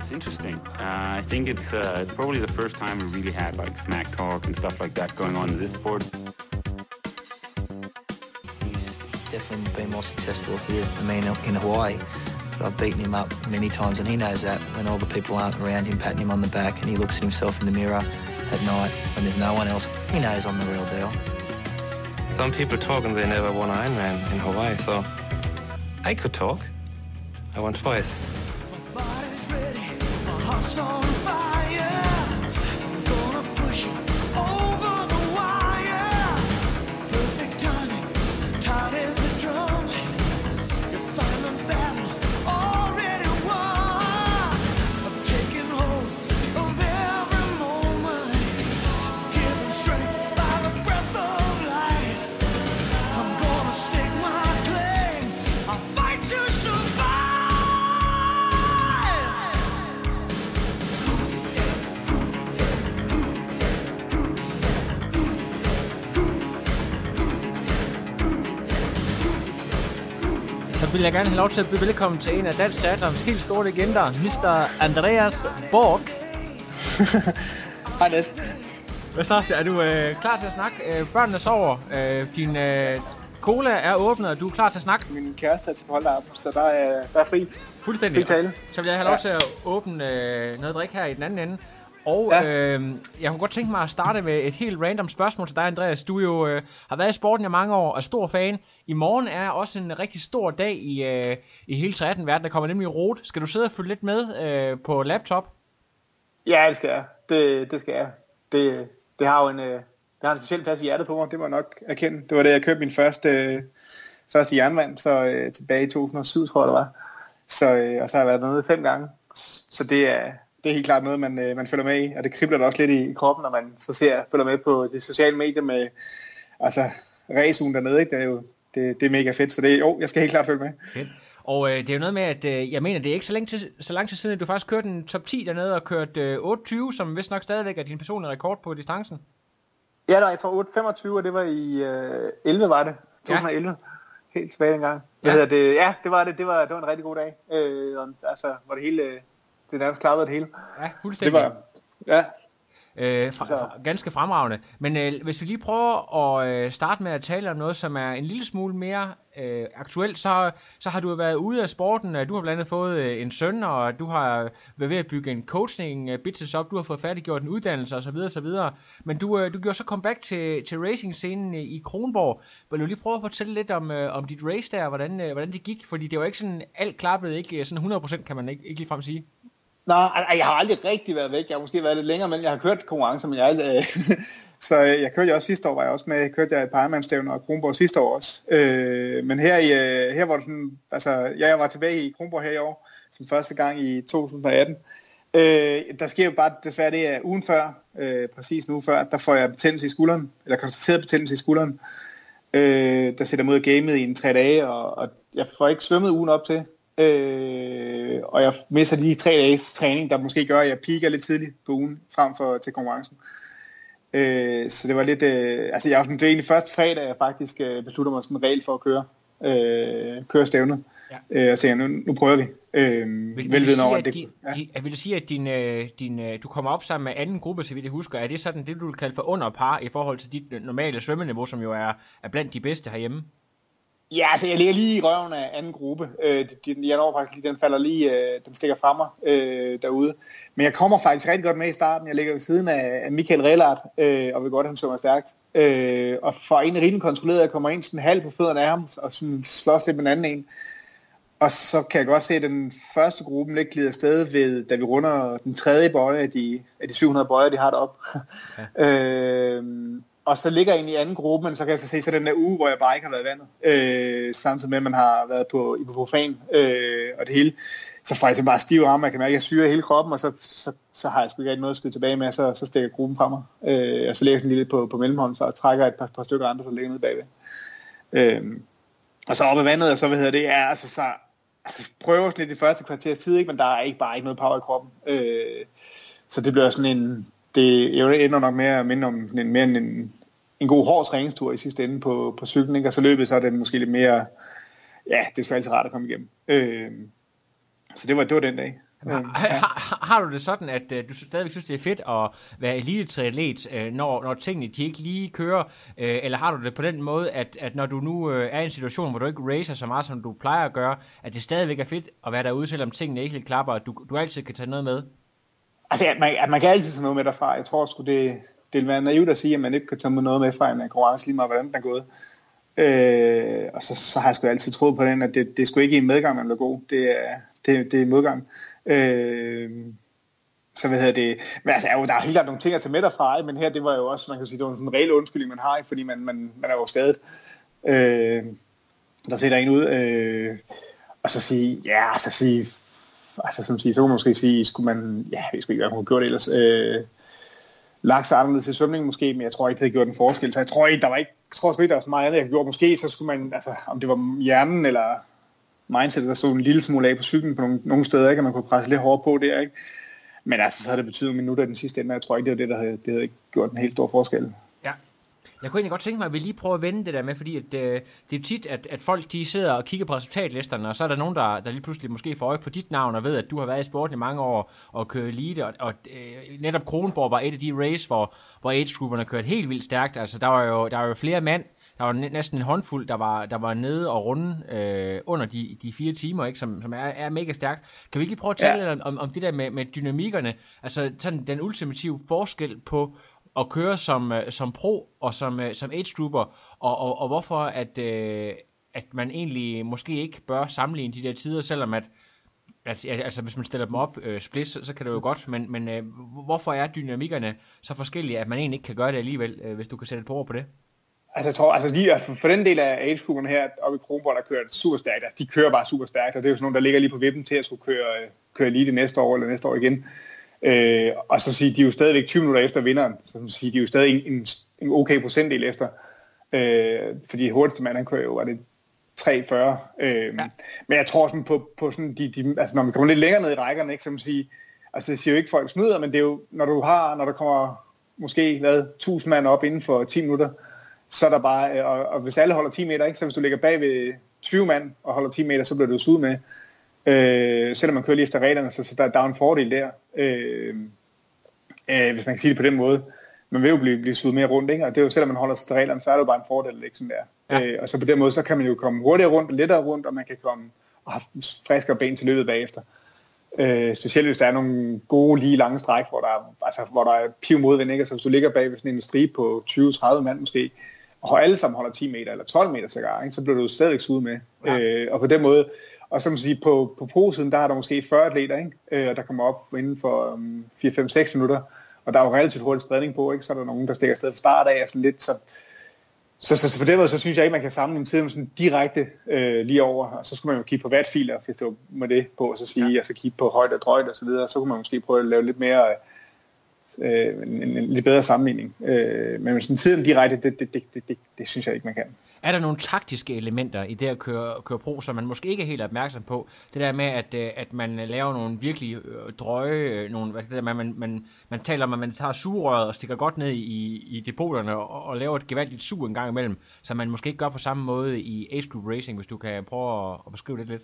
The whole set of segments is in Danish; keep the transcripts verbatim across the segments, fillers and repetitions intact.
it's interesting. Uh, I think it's uh, it's probably the first time we really had like smack talk and stuff like that going on in this sport. He's definitely been more successful here than me in Hawaii. But I've beaten him up many times, and he knows that when all the people aren't around him patting him on the back, and he looks at himself in the mirror at night when there's no one else, he knows I'm the real deal. Some people talk and they never won Ironman in Hawaii, so I could talk. I won twice. My body's ready, my heart's on fire. I'm gonna push it over the wire. Perfect timing, tight as a drum. You find the battles already won. I'm taking hold of every moment, given strength by the breath of life. I'm gonna stake my claim. I'll fight to survive. Så vil jeg gerne have lov til at byde velkommen til en af dansk teaterens helt store legender, mister Andreas Borch. Hej Næs. Hvad så? Er du øh, klar til at snakke? Øh, børnene sover. Øh, din øh, cola er åbnet, og du er klar til at snakke? Min kæreste er til polteraften, så der er, der er fri. Fuldstændig. Fri tale. Så vil jeg have lov ja. til at åbne øh, noget drik her i den anden ende. Og ja. øh, jeg kunne godt tænke mig at starte med et helt random spørgsmål til dig, Andreas. Du jo øh, har været i sporten i mange år og er stor fan. I morgen er også en rigtig stor dag i, øh, i hele triathlon-verdenen. Der kommer nemlig rot. Skal du sidde og følge lidt med øh, på laptop? Ja, det skal jeg. Det, det skal jeg. Det, det har jo en, øh, det har en speciel plads i hjertet på mig. Det må jeg nok erkende. Det var det, jeg købte min første, øh, første jernvand, så øh, tilbage i to tusind og syv, tror jeg det var. Så, øh, og så har jeg været dernede fem gange. Så det er... Det er helt klart noget, man, øh, man følger med i, og det kribler da også lidt i, i kroppen, når man så ser, følger med på de sociale medier med altså, raceugen dernede, ikke? Det er jo det, det er mega fedt, så det er, jo, jeg skal helt klart følge med. Fedt. Og øh, det er jo noget med, at øh, jeg mener, det er ikke så, længe til, så lang tid siden, at du faktisk kørte en top ti dernede og kørt øh, otte tyve, som vist nok stadigvæk er din personlige rekord på distancen. Ja, der, jeg tror otte femogtyve, og det var i øh, elleve, var det. to tusind og elleve. Ja. Helt tilbage dengang. Ja. Hvad det? Ja, det var det. Det var, det var en rigtig god dag. Øh, og, altså, hvor det hele... Øh, det er nærmest klappet det hele. Ja, fuldstændig. Det var, ja. Øh, fra, fra, ganske fremragende. Men øh, hvis vi lige prøver at øh, starte med at tale om noget, som er en lille smule mere øh, aktuelt, så, så har du været ude af sporten. Du har blandt andet fået øh, en søn, og du har været ved at bygge en coaching øh, business op. Du har fået færdiggjort en uddannelse osv. osv. Men du, øh, du gjorde så comeback til, til racing-scenen i, i Kronborg. Vil du lige prøve at fortælle lidt om, øh, om dit race der, hvordan, øh, hvordan det gik? Fordi det var ikke sådan, alt klappede ikke sådan hundrede procent, kan man ikke, ikke ligefrem sige. Nej, jeg har aldrig rigtig været væk. Jeg har måske været lidt længere, men jeg har kørt konkurrencer, men jeg aldrig, øh, så jeg kørte jo også sidste år, var jeg også med. Jeg kørte jeg et par Ironman-stævner og Kronborg sidste år også. Øh, men her, i, her var det sådan, altså, jeg var tilbage i Kronborg her i år, som første gang i to tusind og atten. Øh, der sker jo bare desværre det, at ugen før, øh, præcis en uge før, der får jeg betændelse i skulderen, eller konstateret betændelse i skulderen. Øh, der sætter mod gamet i en tre dage, og, og jeg får ikke svømmet ugen op til. Øh, og jeg misser de tre dages træning, der måske gør, at jeg piker lidt tidligt på ugen frem for til konkurrencen. Øh, så det var lidt, øh, altså jeg var det var egentlig først fredag, jeg faktisk øh, beslutter mig sådan reelt for at køre, øh, køre stævnet. Ja. Øh, og så nu, nu prøver vi. Øh, vil, vil, over, det, din, ja. vil du sige, at din, øh, din, øh, du kommer op sammen med anden gruppe, så vidt jeg husker, er det sådan det, du vil kalde for under par i forhold til dit normale svømmeniveau, som jo er, er blandt de bedste herhjemme? Ja, altså jeg ligger lige i røven af anden gruppe. Øh, jeg når faktisk lige, den falder lige, øh, den stikker fra mig øh, derude. Men jeg kommer faktisk rigtig godt med i starten. Jeg ligger ved siden af, af Michael Rellert, øh, og vil godt, han så mig stærkt. Øh, og for en rimelig kontrolleret, jeg kommer ind sådan halv på fødderne af ham, og sådan slås lidt med den anden en. Og så kan jeg godt se, at den første gruppe lidt glider afsted ved, da vi runder den tredje bøje af de, af de syv hundrede bøjer, de har deroppe. Ja. øh, Og så ligger jeg ind i anden gruppe, men så kan jeg så se så den der uge, hvor jeg bare ikke har været i vandet. Øh, samtidig med, at man har været på ibuprofen øh, og det hele. Så får jeg så bare stive arme, jeg kan mærke, at jeg syrer hele kroppen, og så, så, så har jeg sgu ikke noget at skyde tilbage med, så, så stikker gruppen fra mig. Øh, og så ligger jeg sådan lige lidt på, på mellemhånden, så trækker jeg et par, par stykker andre, der ligger nede bagved. Øh, og så op i vandet, og så hvad hedder det, er altså så altså, prøver sådan lidt i første kvarters tid, ikke? Men der er ikke bare ikke noget power i kroppen. Øh, så det bliver sådan en... Det ender nok mere minde om en, mere en, en god hård træningstur i sidste ende på, på cyklen, ikke? Og så løbet, så er det måske lidt mere, ja, det er altid rart at komme igennem. Øh, så det var, det var den dag. Har, har, har du det sådan, at uh, du stadigvæk synes, det er fedt at være elite-triatlet, uh, når, når tingene de ikke lige kører? Uh, eller har du det på den måde, at, at når du nu uh, er i en situation, hvor du ikke racer så meget, som du plejer at gøre, at det stadigvæk er fedt at være derude, selvom tingene ikke helt klapper, at du, du altid kan tage noget med? Altså, at man, at man kan altid tage noget med derfra. Jeg tror sgu, det, det vil være naivt at sige, at man ikke kan tage noget med fra en konkurrence, lige meget hvordan den er gået. Øh, og så, så har jeg sgu altid troet på den, at det, det er sgu ikke i en medgang, man bliver god. Det er, det, det er modgang. Øh, så hvad hedder det? Men altså, der er helt klart nogle ting at tage med derfra, men her, det var jo også, man kan sige, det var en reel undskyldning, man har, ikke? Fordi man, man, man er jo skadet. Øh, der sætter en ud. Øh, og så sige, ja, altså sige, altså som sige, så kunne man måske sige, skulle man, ja, jeg skulle ikke, hvad man kunne gøre det ellers. Øh, lagt sig anderledes til svømning måske, men jeg tror ikke, det havde gjort en forskel. Så jeg tror ikke, der var ikke, jeg tror sgu ikke, der var så meget andet, jeg havde gjort. Måske så skulle man, altså om det var hjernen eller mindset, der stod en lille smule af på cyklen på nogle, nogle steder, ikke, at man kunne presse lidt hårdere på der, ikke? Men altså, så havde det betydet minutter i den sidste ende, og jeg tror ikke, det var det, der havde, det havde ikke gjort en helt stor forskel. Ja. Jeg kunne egentlig godt tænke mig, at vi lige prøver at vende det der med, fordi at, øh, det er tit, at, at folk de sidder og kigger på resultatlisterne, og så er der nogen, der, der lige pludselig måske får øje på dit navn, og ved, at du har været i sporten i mange år, og kører elite, og, og øh, netop Kronborg var et af de race, hvor, hvor age-grupperne kørte helt vildt stærkt. Altså, der var jo, der var jo flere mand, der var næsten en håndfuld, der var, der var nede og runde øh, under de, de fire timer, ikke, som, som er, er mega stærkt. Kan vi ikke lige prøve at tale ja. om, om det der med, med dynamikkerne, altså sådan den ultimative forskel på at køre som, som pro og som, som age-grupper, og, og, og hvorfor at, øh, at man egentlig måske ikke bør sammenligne de der tider, selvom at, at altså hvis man stiller dem op øh, split, så, så kan det jo godt, men, men øh, hvorfor er dynamikkerne så forskellige, at man egentlig ikke kan gøre det alligevel, øh, hvis du kan sætte et par ord på det? Altså jeg tror, altså lige altså for den del af age-grupperne her oppe i Kronborg, der kører super stærkt, altså de kører bare super stærkt, og det er jo sådan nogle, der ligger lige på vippen til at skulle køre, køre elite næste år eller næste år igen. Øh, og så siger de er jo stadigvæk tyve minutter efter vinderen, så siger de er jo stadig en, en okay procentdel efter, øh, fordi hurtigste mand, han kører jo, var det tre fyrre. Øh, ja. Men jeg tror sådan på, på sådan, de, de, altså når man kommer lidt længere ned i rækkerne, ikke, så man siger, altså det siger jo ikke folk snyder, men det er jo, når du har, når der kommer måske, hvad, tusind mand op inden for ti minutter, så er der bare, og, og hvis alle holder ti meter, ikke, så hvis du ligger bag ved tyve mand og holder ti meter, så bliver du suget med. Øh, selvom man kører lige efter reglerne, så, så der, der er en fordel der, øh, øh, hvis man kan sige det på den måde. Man vil jo blive, blive suget mere rundt, ikke? Og det er jo, selvom man holder sig til reglerne, så er det jo bare en fordel, ikke sådan der. Ja. Øh, og så på den måde, så kan man jo komme hurtigere rundt og lettere rundt, og man kan komme og have friskere ben til løbet bagefter. Øh, specielt hvis der er nogle gode, lige lange stræk, hvor der er, altså, hvor der er piv modvind, ikke? Altså hvis du ligger bag ved sådan en stribe på tyve til tredive mand måske, og alle sammen holder ti meter eller tolv meter sågar, ikke? Så bliver du stadigvæk suget med. Ja. Øh, og på den måde, og så må man sige, på, på pro-siden, der er der måske fyrre atleter, ikke? Øh, og der kommer op inden for um, fire fem seks minutter, og der er jo relativt hurtig spredning på, ikke? Så er der nogen, der stikker afsted fra start af, og sådan lidt, så, så, så, så på den måde, så synes jeg ikke, man kan sammenligne tiden sådan direkte øh, lige over, og så skulle man jo kigge på wattfiler, hvis det var med det på, og så sige, ja. Og så kigge på højde og drøjde og så videre, så kunne man måske prøve at lave lidt mere, øh, en, en, en lidt bedre sammenligning. Øh, men sådan tiden direkte, det, det, det, det, det, det synes jeg ikke, man kan. Er der nogle taktiske elementer i det at køre, køre pro, som man måske ikke er helt opmærksom på? Det der med, at, at man laver nogle virkelig drøje, nogle, hvad det der med, man, man, man taler om, at man tager sugerøret og stikker godt ned i, i depoterne og, og laver et gevaldigt sug en gang imellem, som man måske ikke gør på samme måde i Age Group Racing, hvis du kan prøve at, at beskrive det lidt.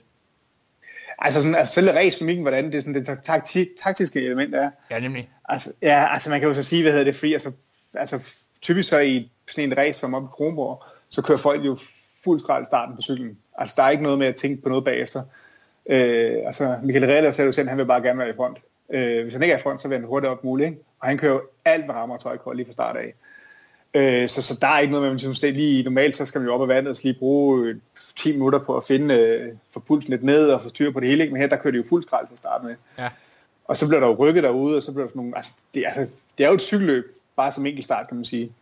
Altså, sådan, altså selve race-mimikken, hvordan det, sådan, det taktik, taktiske element er. Ja, nemlig. Altså, ja, altså man kan jo så sige, hvad hedder det, fordi altså, altså typisk så i sådan en race som oppe i Kronborg, så kører folk jo fuld skrald i starten på cyklen. Altså der er ikke noget med at tænke på noget bagefter. Øh, altså Michael Rehler sagde jo selv, han vil bare gerne være i front. Øh, hvis han ikke er i front, så vil han hurtigt op muligt, ikke? Og han kører jo alt med rammer og tøjkår lige fra start af. Øh, så, så der er ikke noget med, at man lige normalt, så skal man jo op ad vandet og så lige bruge ti minutter på at finde, øh, få pulsen lidt ned og få styr på det hele, ikke? Men her der kører det jo fuld skrald fra start med. Ja. Og så bliver der jo rykket derude, og så bliver der sådan nogle, altså det, altså det er jo et cykelløb, bare som enkelt start, kan man sige.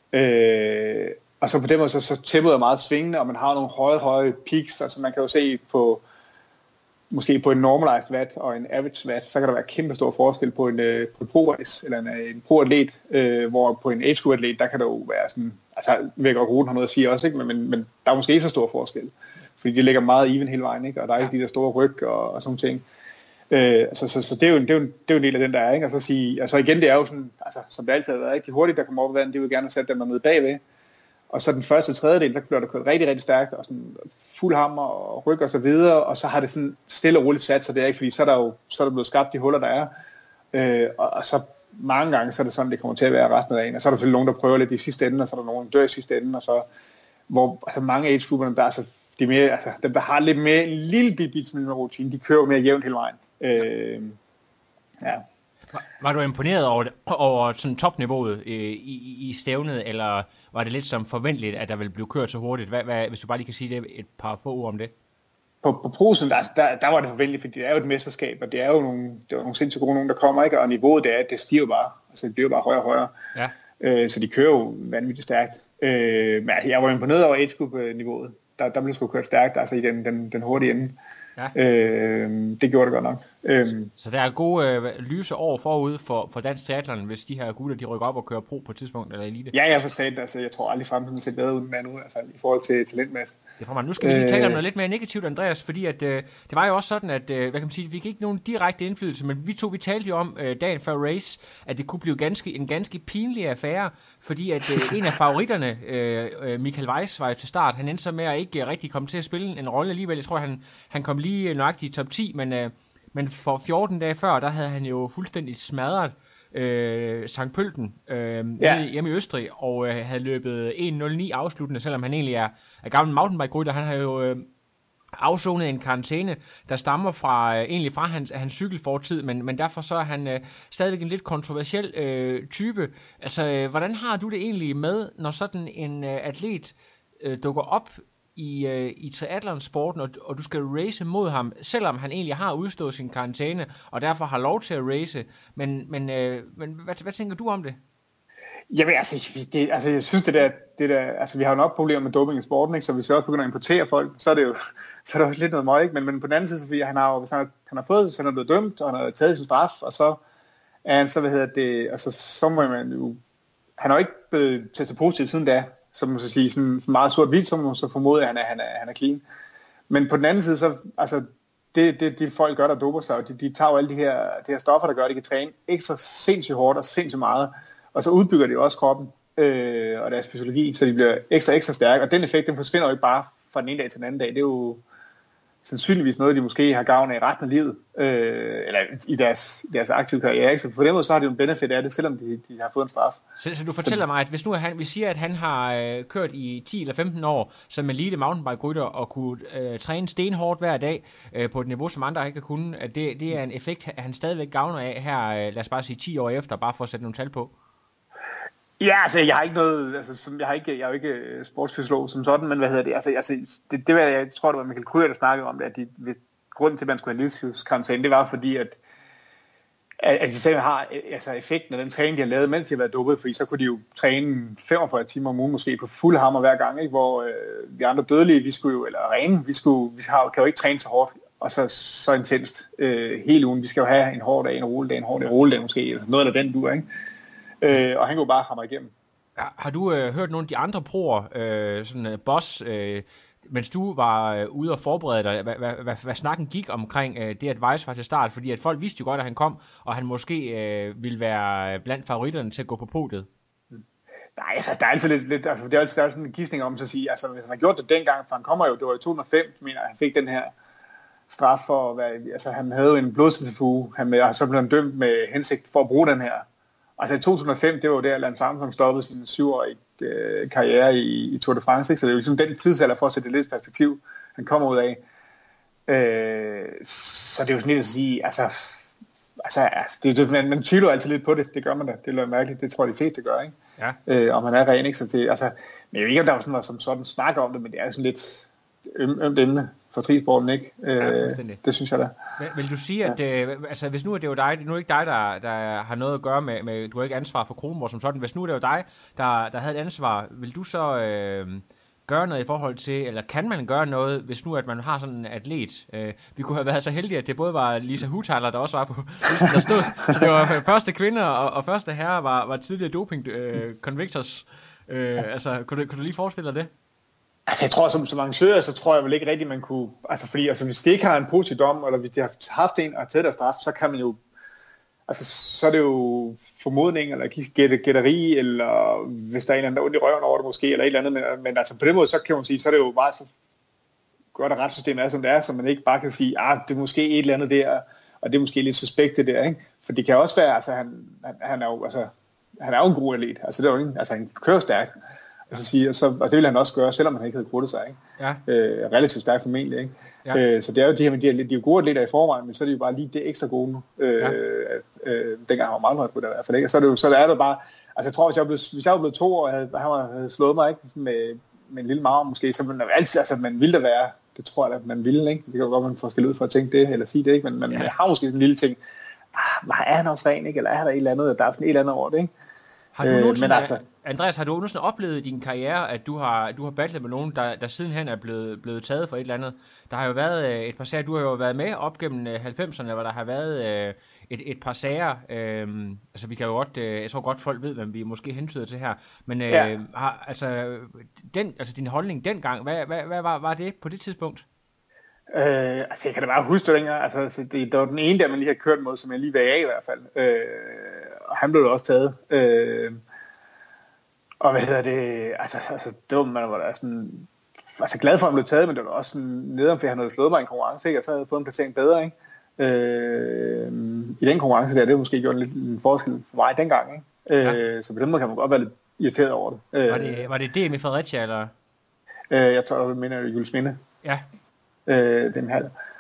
Øh, Og så på den måde, så, så tempoet er meget svingende, og man har nogle høje, høje peaks, altså man kan jo se på, måske på en normalized watt og en average watt, så kan der være kæmpe stor forskel på en, øh, på en pro-race, eller en, en pro-atlet, øh, hvor på en age group atlet, der kan der jo være sådan, altså væk og ruten har noget at sige også, ikke? Men, men, men der er måske ikke så stor forskel, fordi de ligger meget even hele vejen, ikke? Og der er ikke ja. de der store ryg og, og sådan ting. Øh, så, så, så det er jo en, det er jo en, det er jo en del af den der er, ikke? Og så sige, altså igen, det er jo sådan, altså som det altid har været rigtig hurtigt, der kommer op i vandet, det vil gerne have sat dem nede bagved. og så den første tredjedel, der bliver der kørt rigtig, rigtig stærkt, og sådan fuld hammer og ryg og så videre, og så har det sådan stille og roligt sat sig der, ikke? Fordi så er der jo så er der blevet skabt de huller, der er, øh, og, og så mange gange, så er det sådan, det kommer til at være resten af dagen, og så er der selvfølgelig nogen, der prøver lidt i sidste ende, og så er der nogen, der dør i sidste ende, og så, hvor altså mange age-grupperne, der, altså, de mere, altså, dem, der har lidt mere, en lille bit, bit med rutine, de kører mere jævnt hele vejen. Øh, ja. Var, var du imponeret over, over sådan topniveauet øh, i, i stævnet, eller var det lidt som forventeligt, at der ville blive kørt så hurtigt? Hvad, hvad, hvis du bare lige kan sige det, et par få ord om det. På, på prosen, der, der, der var det forventeligt, fordi det er jo et mesterskab, og det er jo nogle, det er nogle sindssygt gode nogen, der kommer, ikke? Og niveauet, det, er, det stiger bare. Altså, det bliver bare højere og højere. Ja. Øh, så de kører jo vanvittigt stærkt. Øh, men jeg var imponeret over age group-niveauet. Der, der blev sgu kørt stærkt, altså i den, den, den hurtige ende. Ja. Øh, det gjorde det godt nok. Øh, så der er gode øh, lyse år forud for, for dansk triathlon, hvis de her gutter, de rykker op og kører pro på et tidspunkt, eller elite? Ja, jeg har forstået, altså jeg tror aldrig fremtiden ser bedre ud end nu, i hvert fald i forhold til talentmæssigt. Det får man. Nu skal vi lige tale om noget lidt mere negativt, Andreas, fordi at, øh, det var jo også sådan, at øh, hvad kan man sige, vi fik ikke nogen direkte indflydelse, men vi to, vi talte jo om øh, dagen før race, at det kunne blive ganske, en ganske pinlig affære, fordi at øh, en af favoritterne, øh, Michael Weiss, var jo til start. Han endte så med at ikke øh, rigtig komme til at spille en rolle alligevel. Jeg tror, han, han kom lige nøjagtigt i top ti, men, øh, men for fjorten dage før, der havde han jo fuldstændig smadret Øh, Sankt Pölten øh, ja. hjemme i Østrig, og øh, havde løbet en nul ni afsluttende, selvom han egentlig er, er gammel mountainbike-rytter. Han har jo øh, afsonet en karantæne, der stammer fra, øh, egentlig fra hans, hans cykelfortid, men, men derfor så er han øh, stadigvæk en lidt kontroversiel øh, type. Altså, øh, hvordan har du det egentlig med, når sådan en øh, atlet øh, dukker op i, øh, i triathlon-sporten, og, og du skal race mod ham, selvom han egentlig har udstået sin karantæne, og derfor har lov til at race. Men, men, øh, men hvad, hvad tænker du om det? Jamen altså, det, altså jeg synes det der, det der, altså vi har jo nok problemer med doping i sporten, ikke? Så hvis vi også begynder at importere folk, så er det jo, så er det også lidt noget møg, ikke? Men, men på den anden side, så fordi han har jo, hvis han har, han har fået, så han er blevet dømt, og han har taget sin straf, og så er han så, hvad hedder det, altså så må man jo, han har jo ikke blevet testet positivt siden da, som man så sige, sådan meget sort-hvidt, som så formoder at han er, han er, han er clean. Men på den anden side, så, altså, det, det de folk gør, der doper sig, de, de tager jo alle de her, de her stoffer, der gør, at de kan træne ekstra sindssygt hårdt og sindssygt meget, og så udbygger de jo også kroppen øh, og deres fysiologi, så de bliver ekstra, ekstra stærke, og den effekt, den forsvinder jo ikke bare fra den ene dag til den anden dag. Det er jo sandsynligvis noget, de måske har gavn af resten af livet, øh, eller i deres, deres aktive karriere, ikke? Så på den måde, så har de jo en benefit af det, selvom de, de har fået en straf. Så, så du fortæller så, mig, at hvis nu er han, vi siger, at han har øh, kørt i ti eller femten år som elite mountainbike-rytter og kunne øh, træne stenhårdt hver dag øh, på et niveau, som andre ikke kan kunne, at det, det er en effekt, han stadigvæk gavner af her, øh, lad os bare sige ti år efter, bare for at sætte nogle tal på. Ja, altså jeg har ikke noget, altså jeg har ikke, jeg er jo ikke sportsfysiolog som sådan, men hvad hedder det, altså, altså det, det var, jeg tror det var Michael Krüger, der snakkede om det, at de, hvis, grunden til at man skulle have livsstilskarantæne, det var fordi, at at de selv har altså effekten af den træning, de har lavet, mens de har været dopet, fordi så kunne de jo træne femogfyrre timer om ugen, måske på fuld hammer hver gang, ikke? Hvor øh, vi andre dødelige, vi skulle jo, eller rene, vi, skulle, vi har, kan jo ikke træne så hårdt, og så, så intenst øh, hele ugen. Vi skal jo have en hård dag, en roledag, en hård dag, en roledag måske, eller noget af den du, ikke? Øh, og han kunne bare hamre igennem. Ja, har du øh, hørt nogle af de andre proer, øh, sådan uh, boss, øh, mens du var øh, ude og forberede dig, hvad, hvad, hvad, hvad snakken gik omkring øh, det, at Weiss var til start? Fordi at folk vidste jo godt, at han kom, og han måske øh, ville være blandt favoritterne til at gå på podiet. Nej, altså der er altid lidt, lidt altså det er altid, der er sådan en gisning om så at sige, altså hvis han har gjort det dengang, for han kommer jo, det var i to tusind og fem, mener han fik den her straf for, hvad, altså han havde jo en blodcentrifuge, han og så blev han dømt med hensigt for at bruge den her. Altså i to tusind og fem, det var der, Lance Armstrong stoppede sin syvårige øh, karriere i, i Tour de France, ikke? Så det er jo ligesom den tidsalder for at sætte det lidt perspektiv, han kommer ud af. Øh, så det er jo sådan lidt at sige, altså, altså, altså det, det, man, man tvivler altid lidt på det, det gør man da, det er mærkeligt, det tror jeg de fleste gør, ikke? Ja. Øh, om han er ren, ikke? Så det, altså, men jeg ved ikke, om der var sådan noget som sådan snakker om det, men det er sådan lidt øm, ømt emne for trisporten, ikke? Øh, ja, det synes jeg da. Vil, vil du sige, at ja. øh, altså, hvis nu er det jo dig, nu er det ikke dig, der, der har noget at gøre med, med, du har ikke ansvar for Kronborg som sådan, hvis nu er det jo dig, der, der havde et ansvar, vil du så øh, gøre noget i forhold til, eller kan man gøre noget, hvis nu at man har sådan en atlet? Øh, vi kunne have været så heldige, at det både var Lisa Hutaler, der også var på listen, der stod, så det var første kvinder og, og første herre var, var tidligere doping øh, convictors. Øh, altså, kunne du, kunne du lige forestille dig det? Altså jeg tror, som, som arrangør, så tror jeg vel ikke rigtigt, man kunne, altså fordi altså, hvis det ikke har en positiv dom, eller hvis de har haft en og taget der straf, så kan man jo, altså, så er det jo formodning, eller gæt, gætteri, eller hvis der er en eller anden, der er ondt i røven over det måske, eller et eller andet, men, men altså på den måde, så kan man sige, så er det jo bare så godt, at retssystemet er, som det er, så man ikke bare kan sige, ah, det er måske et eller andet der, og det er måske lidt suspekt det der, ikke? For det kan også være, altså han, han, han er jo, altså, han er jo en god atlet, altså det er jo ikke, altså han kører stærkt, altså sige, og, så, og det vil han også gøre, selvom han ikke havde krudtet sig, ikke? Ja. Øh, relativt stærkt formentlig, ikke? Ja. Øh, så det er jo de her, de er, de er jo gode atleter i forvejen, men så er de jo bare lige det ekstra gode nu, øh, ja. øh, dengang han var meget højt på det i hvert fald, ikke? Og så er det jo, så er det bare, altså jeg tror, hvis jeg var blevet, hvis jeg var blevet to år, og havde, han havde slået mig, ikke? Med, med en lille marv måske, så man altid, altså man ville da være, det tror jeg, at man ville, ikke? Det kan jo godt, man får skæld ud for at tænke det, eller sige det, ikke? Men man ja. har måske sådan en lille ting, ah, hvad er han også ren, ikke? Eller er der et eller andet, der er sådan et eller andet over det, ikke? Har du øh, nogensinde, altså, Andreas, har du nogensinde oplevet i din karriere, at du har, du har battlet med nogen, der, der sidenhen er blevet, blevet taget for et eller andet? Der har jo været et par sager, du har jo været med op gennem halvfemserne, hvor der har været et, et par sager, øh, altså vi kan jo godt, øh, jeg tror godt folk ved, hvem vi måske hentyder til her, men øh, ja. har, altså, den, altså din holdning dengang, hvad, hvad, hvad var, var det på det tidspunkt? Øh, altså jeg kan da bare huske det længere, altså det, der var den ene der, man lige har kørt mod, som jeg lige var af i hvert fald, øh, og han blev da også taget, øh, og hvad hedder det, altså, altså det var man var da sådan, altså glad for at han blev taget, men det var også sådan nedom, fordi han havde slået mig i en konkurrence, ikke? Og så havde jeg fået en placering bedre, ikke? Øh, i den konkurrence der, det har måske gjort en lidt en forskel for mig dengang, ikke? Ja. Øh, så på den måde kan man godt være lidt irriteret over det. Øh, var det, var det D M i Fredericia, eller? Øh, jeg tror, jeg mener Juelsminde. Ja. Øh, den her.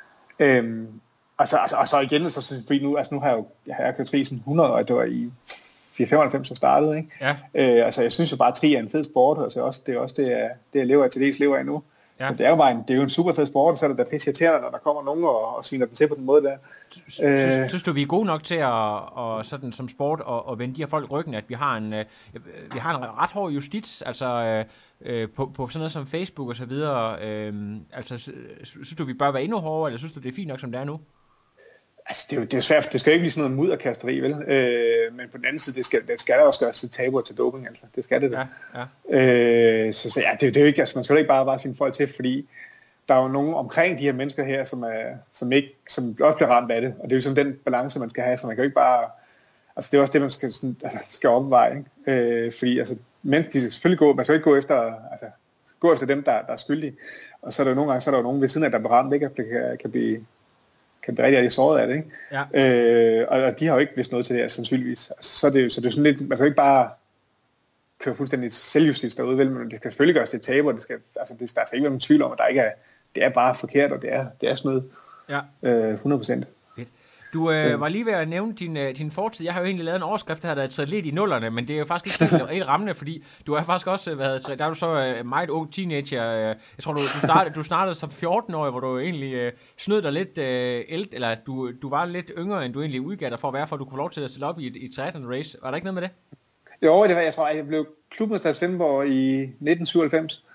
Øhm, og, så, altså, og så igen, så, fordi nu, altså nu har jeg jo jeg har kørt tri sådan hundrede, og det var i fire femoghalvfems, jeg startede, ikke? Ja. Øh, altså jeg synes jo bare, at tri er en fed sport, altså også, det er også det, jeg, det jeg lever af, til dels lever af nu. Ja. Så det er jo bare en, det er jo en super fed sport, og så er det da pisse irriterende, når der kommer nogen og, og sviner dem til på den måde der. Synes, øh, synes du, vi er gode nok til at, og sådan som sport og, og vende de her folk ryggen, at vi har en, øh, vi har en ret hård justits, altså øh, øh, på, på sådan noget som Facebook og så videre, øh, altså synes du, vi bør være endnu hårdere, eller synes du, det er fint nok, som det er nu? Altså, det er jo det er svært, det skal ikke blive sådan noget mudderkasteri, vel? Øh, men på den anden side, det skal, det skal der også gøres til tabuer til doping, altså. Det skal det da. Ja, ja. Øh, så, så ja, det, det er jo ikke, altså man skal jo ikke bare, bare sige folk til, fordi der er jo nogen omkring de her mennesker her, som, er, som, ikke, som også bliver ramt af det, og det er jo sådan den balance, man skal have, så man kan jo ikke bare, altså det er også det, man skal, sådan, altså, skal opveje, ikke? Øh, fordi altså, men de skal selvfølgelig gå, man skal ikke gå efter, altså, gå efter dem, der, der er skyldige, og så er der jo nogle gange, så er der jo nogen ved siden af, der bliver ramt, ikke? Kan, kan blive kan blive rigtig, rigtig såret af det, ikke? Ja. Øh, og, og de har jo ikke vist noget til det her, sandsynligvis. Altså, så, er det, så det er sådan lidt, man kan jo ikke bare køre fuldstændig selvjustits derude, vel, men det skal selvfølgelig gøres til tabu, og det skal, altså, det, der skal ikke være nogen tvivl om, at der ikke er, det er bare forkert, og det er, det er sådan noget ja. øh, hundrede procent. Du øh, var lige ved at nævne din, øh, din fortid. Jeg har jo egentlig lavet en overskrift, der har været atlet i nullerne, men det er jo faktisk ikke helt, helt rammende, fordi du har faktisk også været, der er du så øh, meget ung teenager. Øh, jeg tror, du, du, startede, du startede som fjorten-årig, hvor du egentlig øh, snød dig lidt øh, ældre, eller du, du var lidt yngre, end du egentlig udgav dig for at være, for at du kunne få lov til at stille op i et, et triathlon race. Var der ikke noget med det? Jo, det var, jeg tror, jeg blev klubmester i Svendborg i nitten syvoghalvfems.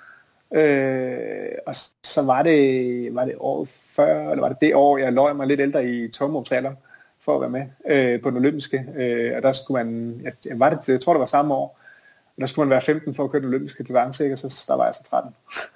Øh, og så var det, var det året før, eller var det det år, jeg løg mig lidt ældre i Tommerup Triathlon for at være med øh, på den olympiske, øh, og der skulle man, jeg, var det, jeg tror det var samme år, og der skulle man være femten for at køre den olympiske distance, og så der var jeg så tretten.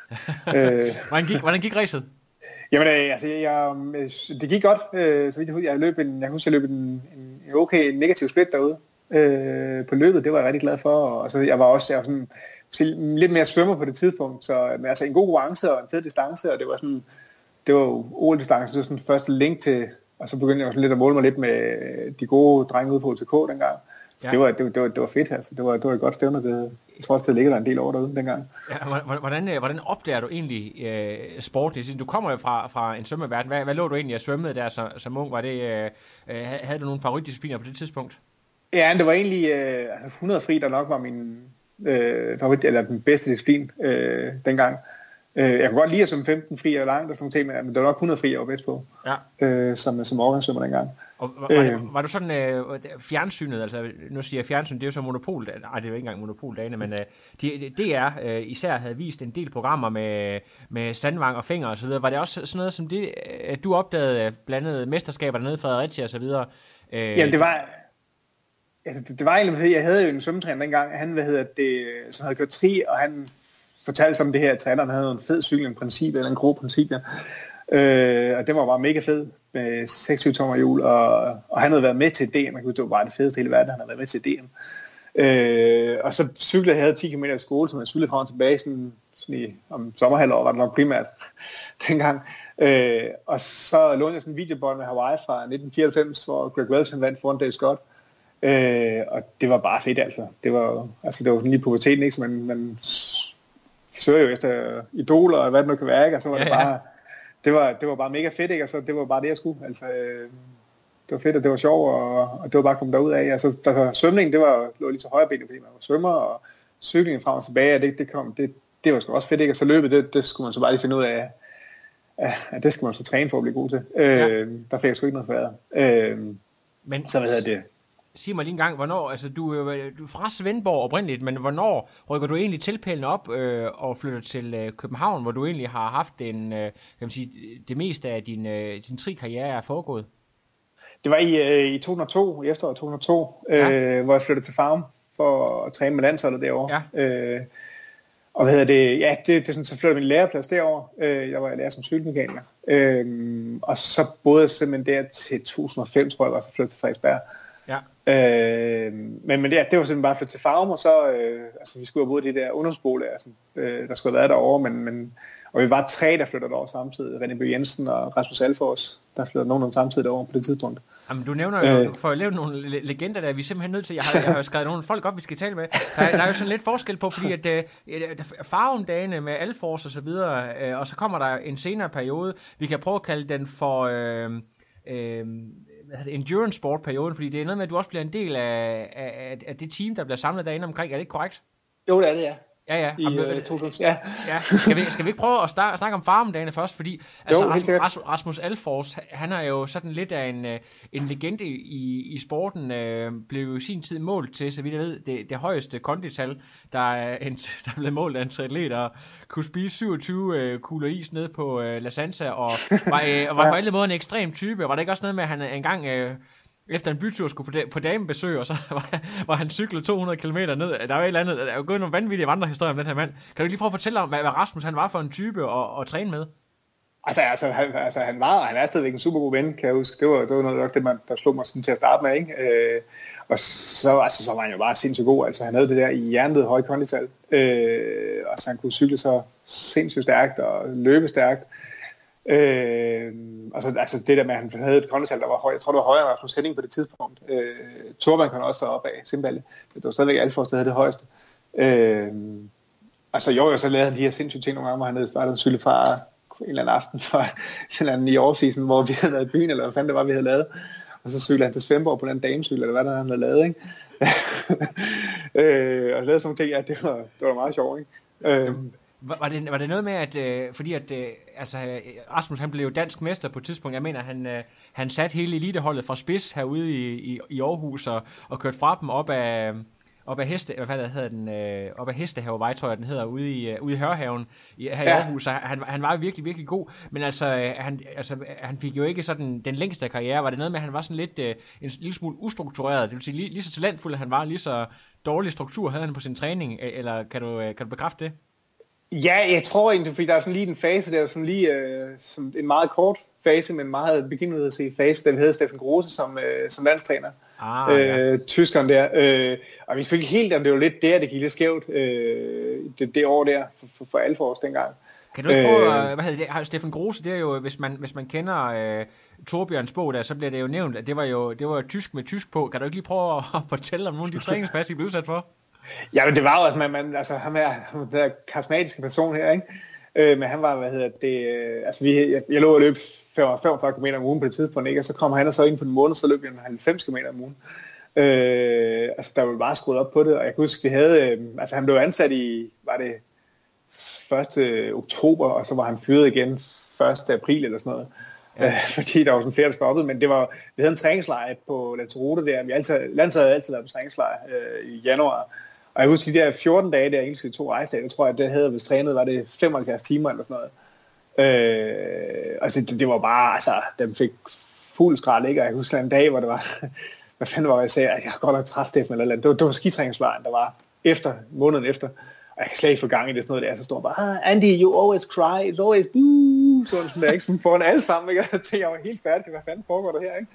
øh, hvordan, gik, hvordan gik racet? Jamen øh, altså, jeg, jeg, det gik godt, øh, så vidt jeg husker, jeg løb en, jeg husker, jeg løb en, en, en okay negativ split derude øh, på løbet, det var jeg rigtig glad for, og så jeg var også, jeg var sådan, lidt mere svømmer på det tidspunkt, så men, altså en god konkurrence og en fed distance, og det var sådan, det var jo O L-distance, det var sådan den første link til, og så begyndte jeg også lidt at måle mig lidt med de gode drenge ude på O T K dengang. Så ja. det, var, det, det, var, det var fedt, altså. Det var, det var et godt stævne. Det, jeg tror også, det ligger der en del over derude dengang. Ja, hvordan, hvordan opdager du egentlig øh, sport? Du kommer jo fra, fra en svømmeverden. Hvad, hvad lå du egentlig at svømme der som, som ung? Var det, øh, havde du nogle favoritdiscipliner på det tidspunkt? Ja, det var egentlig øh, hundrede fri, der nok var min øh, favorit, eller den bedste disciplin øh, dengang. Jeg kunne godt lide at svømme femten fri og langt og sådan ting, men det var nok hundrede fri, jeg var bedst på, ja. øh, som, som organsvømmer dengang. Og var, var, øh, var du sådan øh, fjernsynet, altså nu siger jeg fjernsyn, det er jo så monopol, nej det er jo ikke engang monopoldagene, men øh, D R øh, især havde vist en del programmer med, med Sandvang og Finger og så videre. Var det også sådan noget som det, at du opdagede blandet mesterskaber dernede i Fredericia og så videre? Øh, Jamen det var, altså det, det var egentlig, jeg havde jo en svømmetræner dengang, han hvad hedder det, som havde kørt tri, og han fortalte om det her, at træneren havde en fed cykel, en princip, eller en grov princip, ja. Øh, og det var bare mega fed med seksogtyve tommer hjul, og, og han havde været med til D M. Man kunne, det var bare det fedeste i hele verden, han havde været med til D M. Øh, og så cyklede jeg, havde ti kilometer i skole, så man cyklede frem og tilbage sådan, sådan i, om sommerhalvår var det nok primært dengang. Øh, og så lånte jeg sådan en videobånd med Hawaii fra nitten fireoghalvfems, hvor Greg Welch vandt foran Dave Scott. Øh, og det var bare fedt altså. Det var, altså, det var sådan lige puberteten, ikke? Så man, man søger jo efter idoler og hvad det nu kan være, ikke? Og så var det bare, det var, det var bare mega fedt, ikke? Og så det var bare det, jeg skulle. Altså, øh, det var fedt, og det var sjovt, og, og det var bare at komme derud af. Altså, der, svømningen, det var lå lige så højre benet, fordi man var svømmer, og cyklingen frem og tilbage, og det, det, kom, det, det var sgu også fedt, ikke? Og så løbet, det, det skulle man så bare lige finde ud af, at det skal man så træne for at blive god til. Ja. Øh, der fik jeg sgu ikke noget for øh, Men så hvad hedder det? Sig mig lige en gang, hvornår, altså du, du er fra Svendborg oprindeligt, men hvornår rykker du egentlig tilpælene op øh, og flytter til øh, København, hvor du egentlig har haft en, øh, kan man sige, det meste af din, øh, din tri-karriere er foregået? Det var i, øh, i to tusind og to, i efteråret to tusind og to, øh, ja. Hvor jeg flyttede til Farum for at træne med landsholdet derovre. Ja. Øh, og hvad hedder det? Ja, det, det er sådan, så flyttede min læreplads derovre. Øh, jeg var lærer som cykelmekaniker. Øh, og så boede jeg simpelthen der til to tusind og fem, tror jeg, og så flyttede til Frederiksberg. Ja. Øh, men, men det, det var simpelthen bare flyttet til Farum, og så, øh, altså vi skulle have boet i det der ungdomsskole, altså, øh, der skulle have været derovre, men, men, og vi var tre, der flyttede derovre samtidig, René Bøge Jensen og Rasmus Alfors, der flyttede nogenlunde samtidig derovre på det tidspunkt. Jamen, du nævner jo, øh, for at lave nogle legender der, vi er simpelthen nødt til, jeg har, jeg har jo skrevet nogle folk op, vi skal tale med, der, der er jo sådan lidt forskel på, fordi at uh, Farum-dagene med Alfors og så videre, uh, og så kommer der en senere periode, vi kan prøve at kalde den for uh, uh, endurance sport perioden, fordi det er noget med, at du også bliver en del af, af, af det team, der bliver samlet derinde omkring, er det ikke korrekt? Jo, det er det, ja. Ja, ja. I øh, to tusind, ja. ja. Skal, vi, skal vi ikke prøve at start, snakke om Farum-dagene først? Fordi altså, jo, Rasmus, Rasmus Alfors, han er jo sådan lidt af en, en legende i, i sporten, øh, blev jo i sin tid målt til, så vidt jeg ved, det, det højeste kondital, der er, en, der er blevet målt af en triatlet, der kunne spise syvogtyve øh, kugler is ned på øh, La Sanza, og var, øh, og var på alle måder en ekstrem type. Var det ikke også noget med, at han engang... Øh, efter en bytur skulle på, på damebesøg, og så var, var han cyklet to hundrede kilometer ned. Der var et eller andet, der er jo gået nogle vanvittige vandrehistorier om den her mand. Kan du lige prøve at fortælle om, hvad, hvad Rasmus han var for en type at, at træne med? Altså, altså, han, altså han var, han er stadigvæk en super god ven, kan jeg huske. Det var, det var noget nok det, man, der slog mig sådan til at starte med, ikke? Øh, og så, altså, så var han jo bare sindssygt god. Altså, han havde det der i hjernet høje kondital. Øh, og så han kunne cykle så sindssygt stærkt og løbe stærkt. Øh, altså, altså det der med, at han havde et kondital, der var højt. Jeg tror, det var højere end Rasmus Henning på det tidspunkt. Øh, Torben kan også deroppe af, Simballe. Det var stadigvæk Alfors, der havde det højeste. Øh, altså jo, og så lavede han de her sindssyge ting nogle gange, hvor han havde bare den cykle fra en eller anden aften fra en eller anden i off-season, hvor vi havde været i byen, eller hvad fanden det var, vi havde lavet. Og så cyklede han til Svendborg på den damecykel, eller hvad der han havde lavet, ikke? øh, og lavede sådan nogle ting, ja, det var, det var meget sjovt, ikke? Øh, Var det, var det noget med, at øh, fordi at øh, altså, Rasmus han blev dansk mester på et tidspunkt, jeg mener, han, øh, han satte hele eliteholdet fra spids herude i, i, i Aarhus og, og kørte fra dem op af, op af heste, hvad det hedder den, øh, op af Hestehavevej, tror jeg den hedder, ude i, ude i Hørhaven i, her ja. i Aarhus, og han, han var virkelig, virkelig god, men altså han, altså, han fik jo ikke sådan den længste karriere. Var det noget med, at han var sådan lidt, øh, en lille smule ustruktureret, det vil sige, lige, lige så talentfuld han var, lige så dårlig struktur havde han på sin træning, eller kan du, kan du bekræfte det? Ja, jeg tror egentlig, fordi der er sådan lige en fase, der er sådan lige øh, sådan en meget kort fase, men meget begivenhedsrig fase, der hedder Steffen Große som, øh, som landstræner. Ah, ja. øh, tyskeren der. Øh, og vi skal ikke helt, om det var lidt der, det gik lidt skævt, øh, det, det år der, for, for, for Alfors dengang. Kan du ikke prøve, øh, hvad hedder det, Steffen Große, det er jo, hvis man, hvis man kender øh, Torbjørns bog der, så bliver det jo nævnt, at det var jo, det var jo tysk med tysk på. Kan du ikke lige prøve at fortælle om nogle af de træningspas, I blev udsat for? Ja, men det var jo, at man, man altså ham er den der karismatiske person her, ikke? Øh, men han var, hvad hedder det, øh, altså vi, jeg, jeg lå at løbe femogfyrre kilometer om ugen på det tidspunkt, ikke? Og så kom han og så ind på en måned, så løb jeg halvfems kilometer om ugen. Øh, altså der var bare skruet op på det, og jeg kan huske, vi havde, øh, altså han blev ansat i, var det første oktober, og så var han fyret igen første april eller sådan noget. Ja. Øh, fordi der var sådan flere, der stoppede, men det var, vi havde en træningslejr på Lanzarote der, vi altid, Lanzarote havde altid været på træningslejr øh, i januar. Og jeg husker de der fjorten dage der, egentlig to rejsedage, jeg tror jeg, det havde, hvis trænet, var det femoghalvfjerds timer eller sådan noget. Øh, altså det, det var bare, altså, den fik fuld skrald, ikke? Og jeg husker en dag, hvor det var, hvad fanden var jeg sagde, jeg har godt nok træt, Steffen, eller andet. Det var, det var skitræningslejren, der var efter, måneden efter. og jeg kan slet ikke få gang i det, sådan noget der, så står bare, ah, Andy, you always cry, it's always boo, sådan sådan der, ikke, sådan foran alle sammen, ikke, og jeg tænkte, jeg var helt færdig, hvad fanden foregår der her, ikke?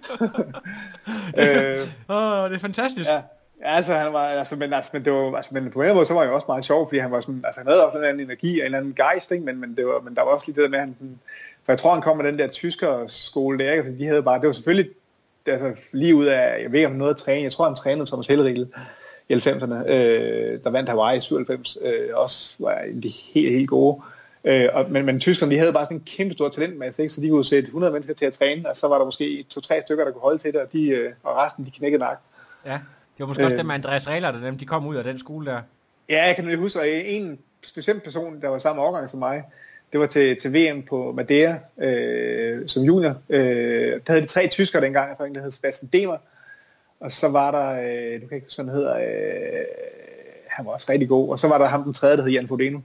øh, Åh, det er fantastisk. Ja. Ja, altså han var, altså, men, altså, men det var, altså, men på en måde, så var det jo også meget sjovt, fordi han var sådan, altså han havde også en anden energi, og en eller anden gejst, ikke, men, men, det var, men der var også lige det der med, han, for jeg tror, han kom med den der tyskerskole der, ikke, fordi de havde bare, det var selvfølgelig, altså lige ud af, jeg ved ikke om noget at træne, jeg tror, han trænede Thomas Helleril i halvfemserne, øh, der vandt Hawaii i syvoghalvfems, øh, også var de helt, helt gode, øh, og, men, men tyskerne, de havde bare sådan en kæmpe stor talentmasse, ikke, så de kunne sætte hundrede mennesker til at træne, og så var der måske to-tre stykker, der kunne holde til det, og, de, øh, og resten, de knækkede nak. Ja. Det var måske øh, også dem med Andreas Rehler, der dem, de kom ud af den skole der. Ja, jeg kan nu huske, at en speciel person, der var samme årgang som mig, det var til, til V M på Madeira øh, som junior. Øh, der havde de tre tyskere dengang, jeg tror en, der hed Sebastian Demer. Og så var der, øh, du kan ikke huske, hvad han hedder, øh, han var også rigtig god. Og så var der ham den tredje, der hed Jan Frodeno.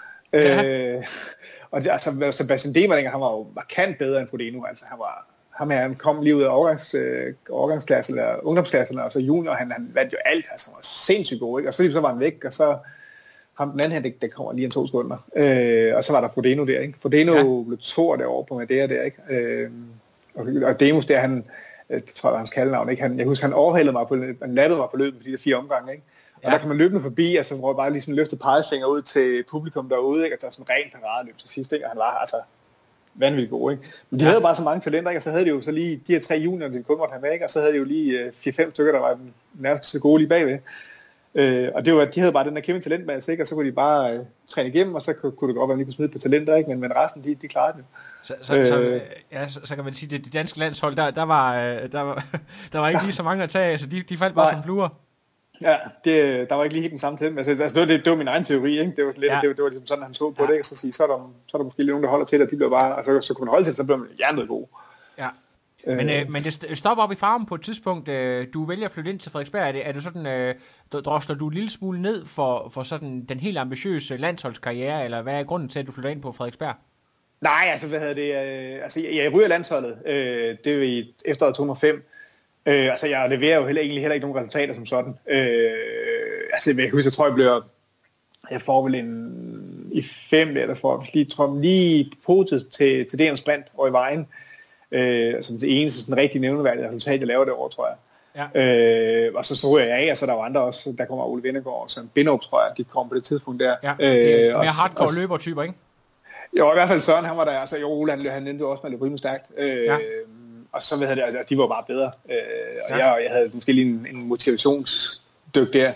Ja. Øh, og det, altså, Sebastian Demer dengang, han var jo markant bedre end Frodeno. Altså han var... Ham her, han kom lige ud af årgangs, øh, årgangsklassen, eller ungdomsklassen, og så junior, han, han vandt jo alt, altså han var sindssygt god, ikke? Og så, så var han væk, og så ham den anden her, det, det kommer lige om to sekunder. Øh, og så var der Frodeno der, ikke? Frodeno ja. blev toer derovre på Madeira der, ikke? Øh, og, og Demos der, han, det tror jeg var hans kaldenavn, ikke? Han, jeg husker, han overhalede mig på, han lattede mig på løbet på de der fire omgange, ikke? Og ja. Der kan man løbe forbi, altså hvor jeg bare lige sådan løfte pegefinger ud til publikum derude, ikke? Og så sådan ren paradeløb til sidst, ikke? Og han var altså vanvittigt gode, ikke? Men de ja. havde bare så mange talenter, ikke? Og så havde de jo så lige de her tre juniorer, de kun måtte have med, ikke? Og så havde de jo lige øh, fire-fem stykker, der var nærmest så gode lige bagved. Øh, og det var, de havde bare den der kæmpe talentmasse, ikke? Og så kunne de bare øh, træne igennem, og så kunne, kunne det godt være, at de kunne smide på talenter, ikke? Men, men resten, de, de klarede det. Så, så, øh, så, ja, så, så kan man sige, at det danske landshold, der, der, var, der, var, der var ikke lige så mange at tage, så de, de faldt bare nej. som fluer. Ja, det, der var ikke lige helt den samme talentmasse. Altså, det, var, det, det var min egen teori, ikke? Det var, lidt, ja. det, var, det var ligesom sådan, han så på ja. det, ikke? Så, sige, så, er der, så er der måske lige nogen, der holder til, og de bliver bare, altså, så kunne man holde til, så bliver man hjernet god. Ja. Men, øh, men det stopper op i farmen på et tidspunkt. Øh, du vælger at flytte ind til Frederiksberg. Er det, er det sådan, øh, drosler du en lille smule ned for, for sådan den helt ambitiøse landsholdskarriere, eller hvad er grunden til, at du flytter ind på Frederiksberg? Nej, altså hvad hedder det? Øh, altså jeg, jeg ryger landsholdet. Øh, det er i efteråret to tusind og fem. Øh, altså jeg leverer jo heller, egentlig heller ikke nogen resultater som sådan. Øh, altså jeg husker, jeg tror jeg bliver, jeg får vel en i fem der, der får lige, tror, lige potet til, til D M Sprint over i Vejen. Øh, som det eneste sådan rigtig nævneværdige resultat, jeg laver det over, tror jeg. Ja. Øh, og så så ryger jeg af, og så der var andre også, der kommer Ole Vindegaard og Søren Binderup, tror jeg, de kom på det tidspunkt der. Ja, det er mere hardcore løbertyper, ikke? Jo, i hvert fald Søren, han var der, altså jo, Ole, han, han endte også med at løbe rimelig stærkt. Øh, ja. Og så ved jeg det, altså de var bare bedre. Øh, og ja. jeg, jeg havde måske lige en, en motivationsdyk der.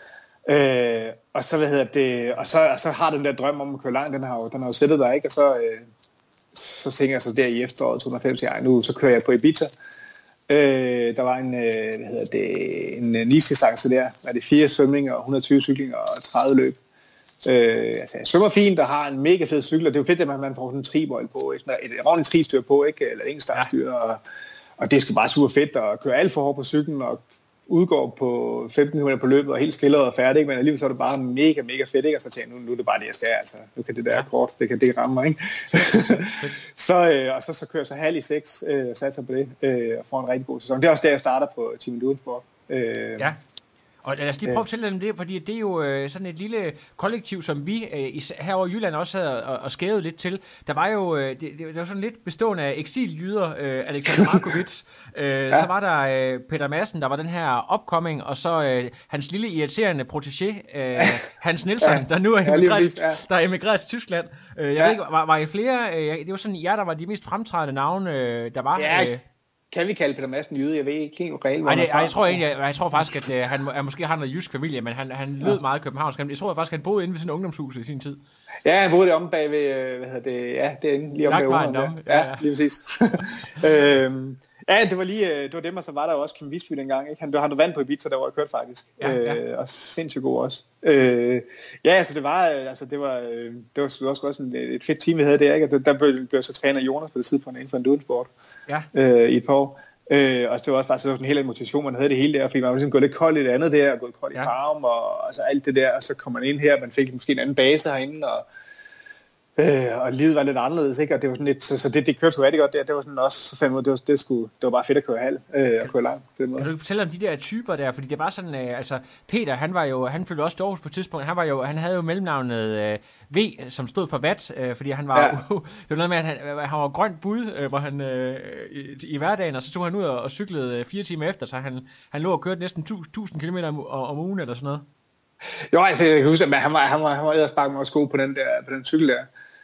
Øh, og så, hvad hedder det, og så, og så har den der drøm om at køre langt, den har jo, den har jo sættet der, ikke? Og så... Øh, så tænker jeg så der i efteråret to tusind og fem, så jeg, nu så kører jeg på Ibiza. Øh, der var en, øh, hvad hedder det, en øh, nice-distance der, der er det fire svømninger, et hundrede og tyve cyklinger og tredive løb. Øh, altså jeg svømmer fint og har en mega fed cykel, og det er jo fedt, at man, man får sådan en tribøjle på, et, et, et ordentligt tristyr på, ikke? Eller et enkeltstartstyr, ja. og, og det er sgu bare super fedt at køre alt for hårdt på cyklen og udgår på femten minutter på løbet og helt skilleret og færdig, men alligevel så er det bare mega, mega fedt, ikke? Og så tænker jeg, nu, nu er det bare det, jeg skal, altså. Nu kan det der ja. kort, det kan det ramme mig, ikke? så, øh, og så, så kører jeg så halv i seks, øh, og satser på det, øh, og får en rigtig god sæson. Det er også der, jeg starter på Team Endurance Sport. Øh, ja. Og lad os lige prøve at fortælle dem det, fordi det er jo øh, sådan et lille kollektiv, som vi øh, herovre i Jylland også havde og, og skævet lidt til. Der var jo øh, det, det var sådan lidt bestående af eksiljyder, øh, Alexander Markovic. øh, ja. Så var der øh, Peter Madsen, der var den her upcoming, og så øh, hans lille irriterende protégé, øh, Hans Nielsen, ja. der nu er emigreret, ja, ja. der er emigreret til Tyskland. Øh, jeg ja. ved ikke, var, var I flere? Øh, det var sådan jer, der var de mest fremtrædende navne, øh, der var. Ja. Øh, Kan vi kalde Peter Madsen jyde? Jeg ved ikke helt reelt, hvor jeg, jeg tror egentlig, jeg, jeg tror faktisk, at uh, han, han måske har noget jysk familie, men han, han lød ja. meget københavnsk. Jeg tror faktisk, at han boede inde ved sin ungdomshus i sin tid. Ja, han boede om bag ved, hvad hedder det, ja, det er inde, lige om bag ungdommen. Ja, ja, ja, lige præcis. øhm, ja, det var lige, det var dem, og så var der jo også Kim Visby dengang, ikke? Han, han vand på Ibiza, der var jeg kørt faktisk. Ja, ja. Øh, og sindssygt god også. Øh, ja, altså det var, altså det var, det var også, også en, et fedt team, vi havde der, ikke? Der, der blev, blev så træner Jonas på det tidspunkt inden for en duensport. Ja. Øh, i et par år. Øh, og det var også bare så sådan en hel motivation, man havde det hele der, fordi man var ligesom gået lidt koldt i det andet der, og gået koldt ja. i farm, og altså alt det der, og så kom man ind her, man fik måske en anden base herinde, og Øh, og livet var lidt anderledes, ikke? Og det var sådan lidt, så, så det, det kørte sgu rigtig godt der. Det var sådan også, så fandt ud, det var, det, skulle, det var bare fedt at køre halv øh, og køre langt. Kan du fortælle om de der typer der, fordi det var sådan, øh, altså Peter, han var jo, han følte også til Aarhus på et tidspunkt, han var jo, han havde jo mellemnavnet øh, V, som stod for Watt, øh, fordi han var, ja. uh, det var noget med, at han, han var grønt bud, øh, hvor han øh, i, i hverdagen, og så tog han ud og, og cyklede fire timer efter, så han, han lå og kørte næsten tusind kilometer om, om ugen eller sådan noget. Jo, altså jeg kan huske, at han var, han var, han var eddersparket mig sko på den der, på den cykel der.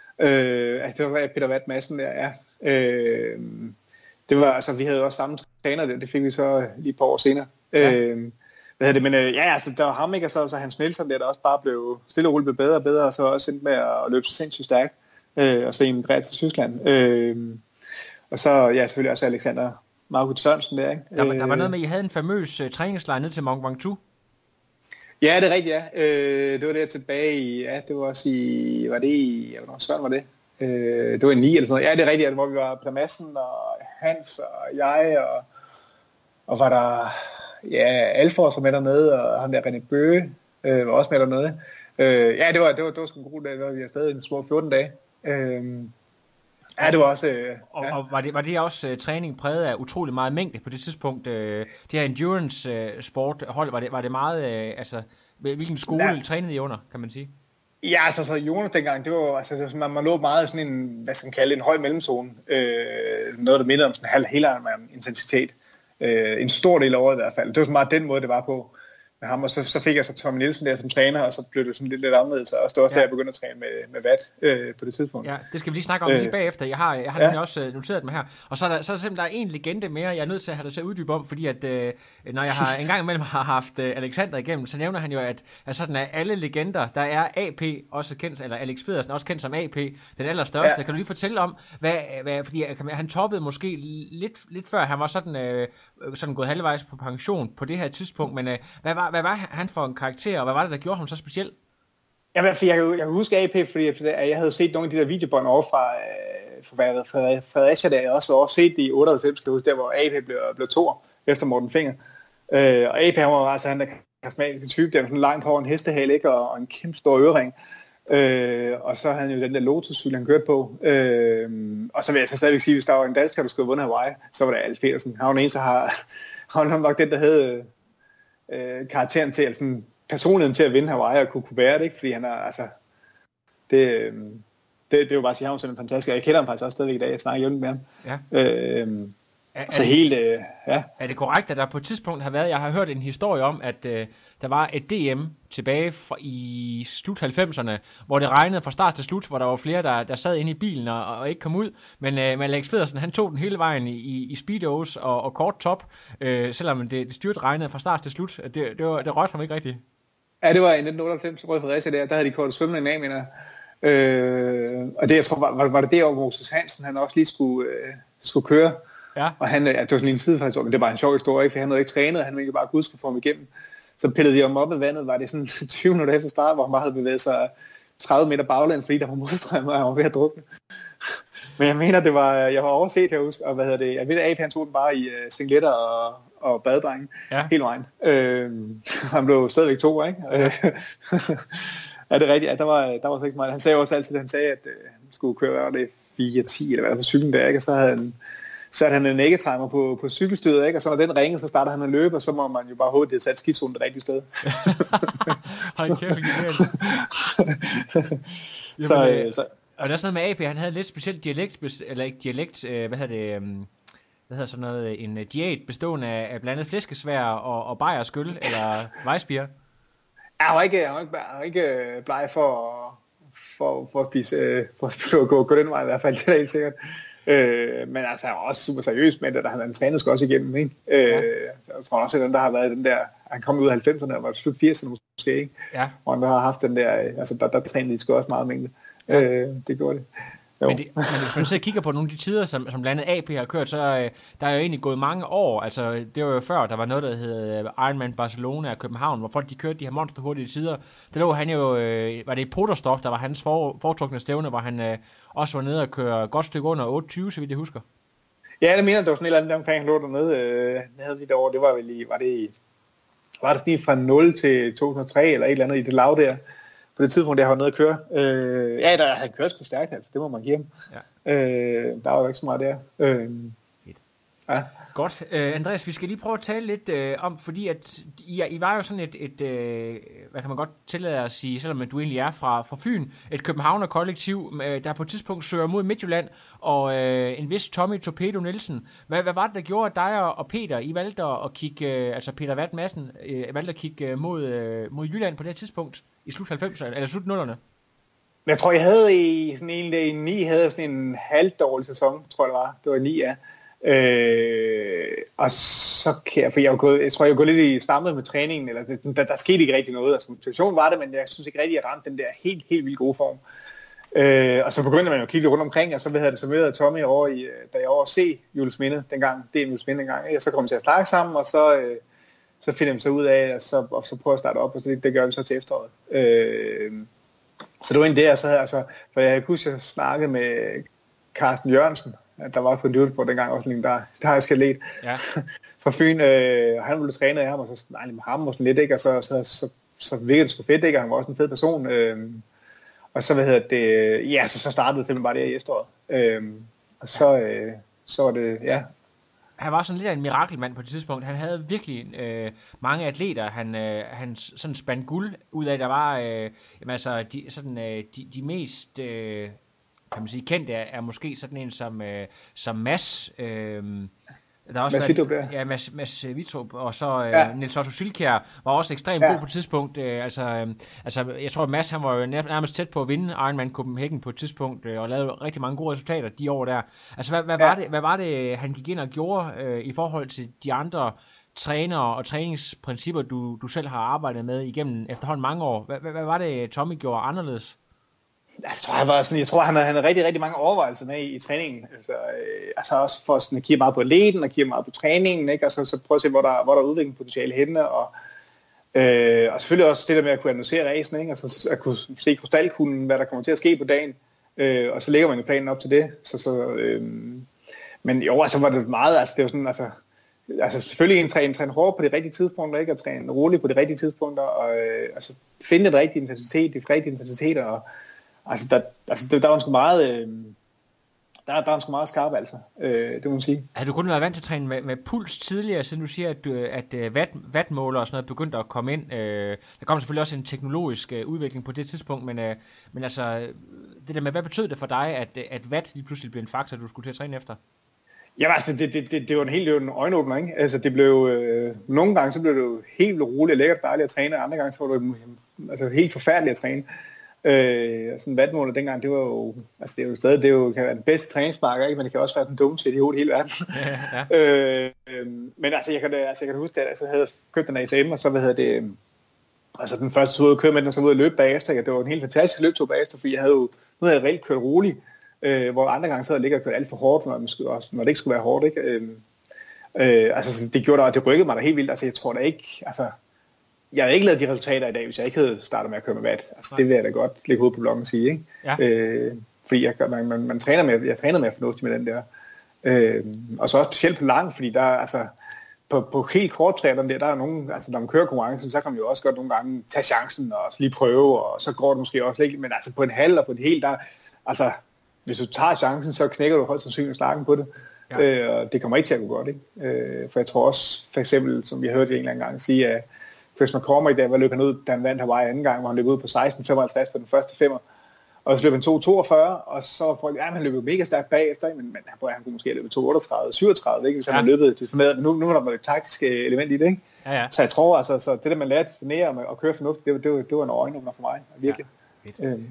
Øh, altså det var Peter Watt Madsen der, ja. Øh, det var, altså vi havde også samme træner der, det fik vi så lige et par år senere. Ja. Øh, hvad hedder det, men øh, ja, altså der var ham, ikke, og så, så Hans Nielsen der, der også bare blev stille og roligt blev bedre og bedre, og så også endte med at løbe så sindssygt stærkt, øh, og så emigrere til Tyskland. Øh, og så, ja, selvfølgelig også Alexander Markus Sørensen der, ikke? Der, der var noget med, at I havde en famøs uh, træningslejr ned til Mont Ventoux. Ja, det er rigtigt, ja. Øh, det var der tilbage i, ja, det var også i, var det i, ja, hvornår søren var det? Øh, det var i ni eller sådan noget. Ja, det er rigtigt, hvor vi var Peter Madsen og Hans og jeg, og, og var der, ja, Alfors var med dernede, og ham der René Bøge øh, var også med dernede. Øh, ja, det var, det var, det var sgu en god dag, det var vi afsted i en små fjorten dage. Øh, ja, det var også... Øh, og, ja. og var det, var det også uh, træning præget af utrolig meget mængde på det tidspunkt? Uh, det her endurance uh, sport hold, var det, var det meget, uh, altså, hvilken skole ja. trænede I under, kan man sige? Ja, altså så Jonas dengang, det var, altså, det var sådan, man, man lå meget i sådan en, hvad skal man kalde, en høj mellemzone. Øh, noget, der minder om sådan en halv helhjernet intensitet. Øh, en stor del af året i hvert fald. Det var sådan meget den måde, det var på med ham. Og så, så fik jeg så Tom Nielsen der som træner, og så blev det sådan lidt, lidt anderledes. Og det var også ja. der, jeg begyndte at træne med, med Watt øh, på det tidspunkt. Ja, det skal vi lige snakke om øh, lige bagefter. Jeg har, jeg har ja. også noteret mig her. Og så er der, så er der simpelthen der er en legende mere, jeg er nødt til at have dig til at uddybe om, fordi at, øh, når jeg har en gang imellem har haft øh, Alexander igennem, så nævner han jo, at, at sådan er alle legender, der er A P også kendt, eller Alex Pedersen også kendt som A P, den allerstørste. Ja. Kan du lige fortælle om, hvad, hvad fordi han toppede måske lidt, lidt før, han var sådan, øh, sådan gået halvvejs på pension på det her tidspunkt, men øh, hvad, var, hvad var han for en karakter, og hvad var det, der gjorde ham så speciel? Ja, jeg, jeg, jeg kan huske A P, fordi jeg havde set nogle af de der videobånd over fra, fra, fra Fredericia, der jeg også har set det i otteoghalvfems, kan jeg huske, der hvor A P blev, blev toer efter Morten Finger. Øh, og A P, han var altså han der karismatiske type, der var sådan langt hår, en hestehale, ikke, og, og en kæmpe stor ørering. Øh, og så havde han jo den der Lotus-cykel, han kørte på. Øh, og så vil jeg så stadigvæk sige, hvis der var en dansker, der skulle have vundet Hawaii, så var det Alex Pedersen. Han var den eneste, har han nok den, der havde øh, karakteren til, altså personligheden til at vinde Hawaii og kunne, kunne være det, ikke? Fordi han er, altså, det, det, det er jo bare at sige, han er sådan fantastisk, jeg kender ham faktisk også stadigvæk i dag, jeg snakker jævnt med ham. Ja. Øh, Er, så er, helt, øh, ja. Er det korrekt, at der på et tidspunkt har været, jeg har hørt en historie om, at øh, der var et D M tilbage fra, i slut halvfemserne, hvor det regnede fra start til slut, hvor der var flere, der, der sad inde i bilen og, og ikke kom ud, men øh, Alex Pedersen, han tog den hele vejen i, i, i speedos og, og kort top, øh, selvom det, det styrt regnede fra start til slut. Det, det, var, det rørte ham ikke rigtigt. Ja, det var i nitten otteoghalvfems, Røde Fredericia der, der havde de kortet svømningen af, mener øh, og det, jeg tror, var, var det det, hvor Moses Hansen, han også lige skulle, øh, skulle køre. Ja. Og han, ja, det var sådan en tid faktisk, men det var en sjov historie, ikke? For han havde ikke trænet, han ville bare Gud skulle få ham igennem. Så pillede de ham op af vandet, var det sådan tyve minutter efter start, hvor han bare havde bevæget sig tredive meter baglæns, fordi der var modstrømmer, og han var ved at drukne. Men jeg mener, det var, jeg var overset her, husk, og hvad hedder det, jeg ved, at A P han tog den bare i uh, singletter og, og badedrenge, ja. Hele vejen. Øh, han blev stadigvæk to, ikke? Ja, ja, det er rigtigt, ja, der var, der var så ikke meget. Han sagde også altid, at han sagde, at uh, han skulle køre, hvad det fire ti eller hvad på cyklen der, ikke? Og så havde han satte han en nækketimer på, på cykelstyret, ikke? Og så når den ringede, så starter han at løbe, og så må man jo bare håbe, at det er sat skiftzonen det rigtige sted. Hold kæft, så, øh, så, og der er sådan noget med A P, han havde lidt specielt dialekt, eller ikke dialekt, øh, hvad hedder det, øh, hvad hedder sådan noget, en diæt bestående af, af blandt andet flæskesvær og, og bajerskyld, eller vejsbier. Jeg var ikke, jeg var ikke, jeg var ikke bleg for, for, for at spise, for at gå, gå den vej i hvert fald, det er helt sikkert. Øh, men altså han var også super seriøs med det, der han trænet også igennem, ikke? Øh, ja. Jeg tror også, at den der har været den der, han kom ud af halvfemserne og var slut firserne måske, ikke? Ja. Og han har haft den der, altså der, der trænede de sgu også meget mængde. Ja. Øh, det gjorde det. Men, det, men hvis man så kigger på nogle af de tider, som, som blandt andet A P har kørt, så øh, der er jo egentlig gået mange år. Altså, det var jo før, der var noget, der hed Ironman Barcelona og København, hvor folk de kørte de her monsterhurtige tider. Der lå han jo, øh, var det i Poderstock, der var hans for, foretrukne stævne, hvor han øh, også var nede og køre et godt stykke under otte tyve, så vidt jeg husker. Ja, det mener, der var sådan et eller andet omkring, han lå dernede, øh, nede de der år. Det var vel i, var det i, var det sådan fra nul til to tusind og tre eller et eller andet i det lav der. på det tidspunkt, der har været nede at køre. Øh, ja, der, han kører sgu stærkt, altså, det må man give ham. Ja. Øh, der var jo ikke så meget der. Øh, ja. Godt. Uh, Andreas, vi skal lige prøve at tale lidt uh, om, fordi at I, I var jo sådan et, et uh, hvad kan man godt tillade at sige, selvom du egentlig er fra, fra Fyn, et københavner-kollektiv, uh, der på et tidspunkt søger mod Midtjylland, og uh, en vis Tommy Torpedo Nielsen. Hvad, hvad var det, der gjorde, at dig og Peter, I valgte at kigge, uh, altså Peter Watt Madsen, uh, valgte at kigge uh, mod, uh, mod Jylland på det her tidspunkt, i slut halvfemserne, eller slut nullerne? Jeg tror, jeg havde i sådan en dag i ni, havde sådan en halvdårlig sæson, tror jeg det var. Det var ni, ja. Øh, og så kan jeg, for jeg, gået, jeg tror jeg er gået lidt i stammet med træningen, eller det, der, der skete ikke rigtig noget, altså motivationen var det, men jeg synes ikke rigtig, at jeg ramte den der helt, helt vildt gode form. Øh, og så begyndte man jo at kigge lidt rundt omkring, og så havde det så mødet af Tommy over i, da jeg over at se Juelsminde dengang, det er Juelsminde dengang, ikke? Og så kom vi til at snakke sammen, og så, øh, så finder vi så ud af, og så, og så prøver at starte op, og så, det, det gør vi så til efteråret. Øh, så det var en der, så havde altså, for jeg kunne huske, at jeg snakkede med Carsten Jørgensen, der var på en Liverpool dengang også, der, der har jeg skalet ja. fra Fyn, øh, han ville træne af ham, og så nej, med ham og sådan lidt, ikke? Og så, så, så, så virkede det sgu fedt, ikke? Og han var også en fed person, øh, og så, hvad hedder det, ja, så, så startede det simpelthen bare det i efteråret, øh, og så, øh, så var det, ja. Han var sådan lidt af en mirakelmand på det tidspunkt. Han havde virkelig øh, mange atleter. Han, øh, han sådan spandte guld ud af, der var øh, jamen, altså, de, sådan, øh, de, de mest... Øh, kan man sige, kendt er, er måske sådan en som, øh, som Mads. Øh, der er også Mads været, Vitrup, ja. Ja, Mads, Mads Vitrup, og så øh, ja. Niels Otto Sylkjær var også ekstremt ja. god på et tidspunkt. Øh, altså, øh, altså, jeg tror, at Mads han var jo nærmest tæt på at vinde Ironman Copenhagen på et tidspunkt, øh, og lavede rigtig mange gode resultater de år der. Altså, hvad, hvad, ja. var, det, hvad var det, han gik ind og gjorde øh, i forhold til de andre trænere og træningsprincipper, du, du selv har arbejdet med igennem efterhånden mange år? Hvad, hvad, hvad var det, Tommy gjorde anderledes? Jeg tror, han var sådan, jeg tror, han havde, han havde rigtig, rigtig mange overvejelser med i, i træningen. Altså, øh, altså også for sådan, at kigge meget på atleten og kigge meget på træningen, ikke? Og så, så prøve at se, hvor der, hvor der er udviklingspotentiale henne. Og, øh, og selvfølgelig også det der med at kunne analysere racen, ikke? Altså at kunne se krystalkuglen, hvad der kommer til at ske på dagen. Øh, og så lægger man jo planen op til det. Så, så, øh, men jo, altså var det meget, altså det var sådan, altså, altså selvfølgelig en træne, træne hårdt på de rigtige tidspunkter, ikke? Og træne roligt på de rigtige tidspunkter, og øh, altså finde den rigtige intensitet, de rigtige intensiteter, og altså, der, altså der, der var sgu meget, øh, der, der var sgu meget skarp, altså, øh, det må man sige. Har du kun været vant til at træne med, med puls tidligere, siden du siger, at, at, at watt, wattmåler og sådan noget begyndte at komme ind? Øh, der kom selvfølgelig også en teknologisk øh, udvikling på det tidspunkt, men, øh, men altså, det der med, hvad betød det for dig, at, at watt lige pludselig blev en faktor, du skulle til at træne efter? Ja, altså, det, det, det, det var en helt en øjenåbner, ikke? Altså, det blev, øh, nogle gange så blev det jo helt roligt og lækkert dejligt at træne, og andre gange så var det altså, helt forfærdeligt at træne. Øh, sådan en wattmåler dengang, det var jo, altså det er jo stadig, det er jo, kan være den bedste træningsmarker, ikke? Men det kan også være den dummeste i hovedet i hele verden. Ja, ja. øh, øh, men altså, jeg kan, altså, jeg kan huske, at jeg altså, havde købt den A S M, og så, hvad hedder det, altså den første tur, jeg kørte med den, og så ud og løbe bagefter, ikke? Det var en helt fantastisk løbetur bagefter, fordi jeg havde jo, nu havde jeg reelt kørt roligt, øh, hvor andre gange så havde jeg ligget og kørt alt for hårdt, når, man skulle, også, når det ikke skulle være hårdt, ikke? Øh, øh, altså, det gjorde der, det rykkede mig da helt vildt, altså, jeg tror da ikke, altså, jeg havde ikke lavet de resultater i dag, hvis jeg ikke havde startet med at køre med watt. Altså, det vil jeg da godt lægge hovedet på bloggen og sige, ikke? Ja. Øh, fordi jeg, man, man, man træner med, jeg træner med fornuftigt med den der. Øh, og så også specielt på lang, fordi der altså på, på helt kort træner der, der er nogen, altså når man kører konkurrencen, så kan man jo også godt nogle gange tage chancen og lige prøve, og så går det måske også lidt, men altså på en halv og på en hel, der, altså hvis du tager chancen, så knækker du højst sandsynligt slagen på det. Ja. Øh, og det kommer ikke til at gå godt, ikke? Øh, for jeg tror også, for eksempel, som vi har hørt en eller anden gang sige, at Chris McCormick, der var løb han ud, da han vandt Hawaii anden gang, hvor han løb ud på seksten femoghalvtreds på den første femmer, og så løb han to toogfyrre, og så var folk, ja, han løb jo mega stærkt bagefter, men, men han, han kunne måske have løbet to otteogtredive syvogtredive, ikke? Hvis han ja. havde løbet disponeret, men nu, nu er der et taktisk element i det, ikke? Ja, ja. Så jeg tror, altså, så det der man lærer at disponere og køre fornuftigt, det, det, det, det var en øjenåbner for mig, virkelig. Ja, øhm.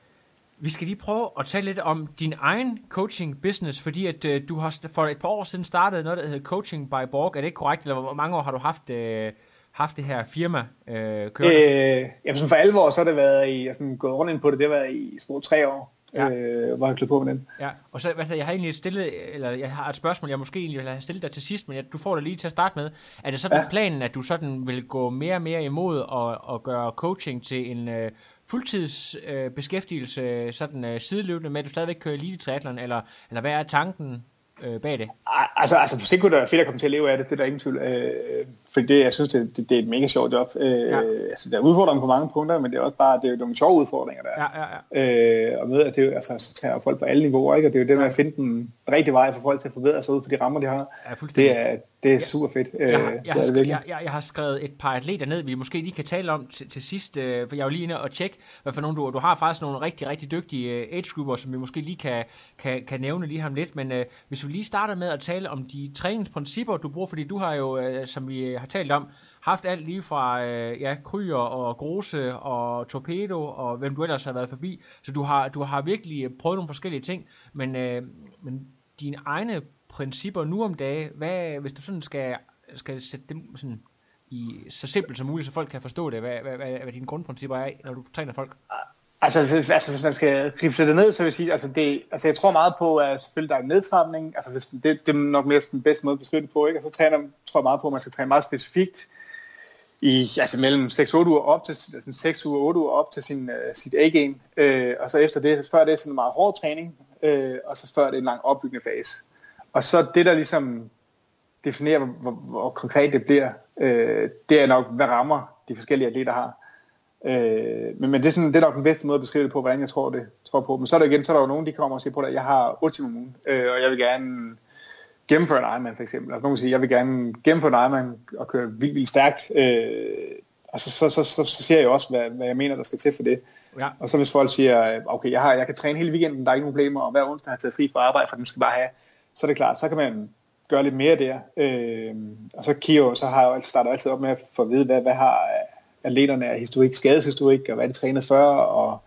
Vi skal lige prøve at tale lidt om din egen coaching business, fordi at øh, du har for et par år siden startet noget, der hedder Coaching by Borg. Er det ikke korrekt, eller hvor mange år har du haft øh, haft det her firma øh, kørende? Øh, jamen for alvor, så har det været i, jeg sådan gået rundt ind på det, det har været i små tre år, ja. øh, hvor jeg klød på med den. Ja, og så, hvad jeg har egentlig stillet, eller jeg har et spørgsmål, jeg måske egentlig vil have stillet dig til sidst, men jeg, du får det lige til at starte med. Er det sådan ja. planen, at du sådan vil gå mere og mere imod og, og gøre coaching til en øh, fuldtidsbeskæftigelse, øh, sådan øh, sideløbende med, at du stadigvæk kører elite triathlon, eller, eller hvad er tanken øh, bag det? Altså, altså på sigt kunne det være fedt at komme til at leve af det, det er der ingen tvivl. Øh, for det, jeg synes, det, det, det er et mega sjovt job. Øh, ja. Altså, der er udfordringer på mange punkter, men det er også bare, det er jo nogle sjove udfordringer, der er. Ja, ja, ja. Øh, og med, at det er jo, altså, så tager folk på alle niveauer, ikke? Og det er jo det med at finde den rigtige vej for folk til at forbedre sig ud for de rammer, de har. Ja, det er, det er super fedt. Jeg har, jeg, har skrevet, jeg, jeg, jeg har skrevet et par atleter ned, vi måske lige kan tale om til, til sidst, øh, for jeg er jo lige inde og tjekke, hvad for nogle du, du har faktisk nogle rigtig, rigtig dygtige øh, age-grupper, som vi måske lige kan, kan, kan nævne lige ham lidt, men øh, hvis vi lige starter med at tale om de træningsprincipper, du bruger, fordi du har jo, øh, som vi har talt om, haft alt lige fra øh, ja, Kryer og Grose og Torpedo og hvem du ellers har været forbi, så du har, du har virkelig prøvet nogle forskellige ting, men, øh, men dine egne principper nu om dagen, hvad, hvis du sådan skal, skal sætte dem sådan i så simpelt som muligt, så folk kan forstå det, hvad, hvad, hvad, hvad dine grundprincipper er, når du træner folk? Altså, altså hvis man skal gribe det ned, så vil jeg sige, altså, det, altså jeg tror meget på, at selvfølgelig der er en nedtrapning, altså hvis, det, det er nok mere den bedste måde at beskrive det på, ikke? Og så træner, tror jeg meget på, at man skal træne meget specifikt i, altså mellem seks otte uger op til, altså seks uger, otte uger op til sin, uh, sit A-game, øh, og så efter det, så før det er sådan en meget hård træning, øh, og så før det er en lang opbyggende fase. Og så det, der ligesom definerer, hvor, hvor, hvor konkret det bliver, øh, det er nok, hvad rammer de forskellige atleter har. Øh, men, men det, er sådan, det er nok den bedste måde at beskrive det på, hvordan jeg tror det tror på. Men så er der igen, så er der jo nogen, de kommer og siger på det, jeg har Ultimum ugen, øh, og jeg vil gerne gennemføre en Ironman for eksempel. Altså nogen siger, jeg vil gerne gennemføre en Ironman og køre vildt, vildt stærkt. Øh, og så, så, så, så, så siger jeg også, hvad, hvad jeg mener, der skal til for det. Ja. Og så hvis folk siger, okay, jeg, har, jeg kan træne hele weekenden, der er ikke nogen problemer, og hver onsdag har jeg taget fri fra arbejde, for dem skal bare have, så er det klart, så kan man gøre lidt mere der. Øh, og så kigger så har jeg startet altid op med at få at vide, hvad, hvad har atleterne af historik, skadeshistorik, og hvad de trænede før, og,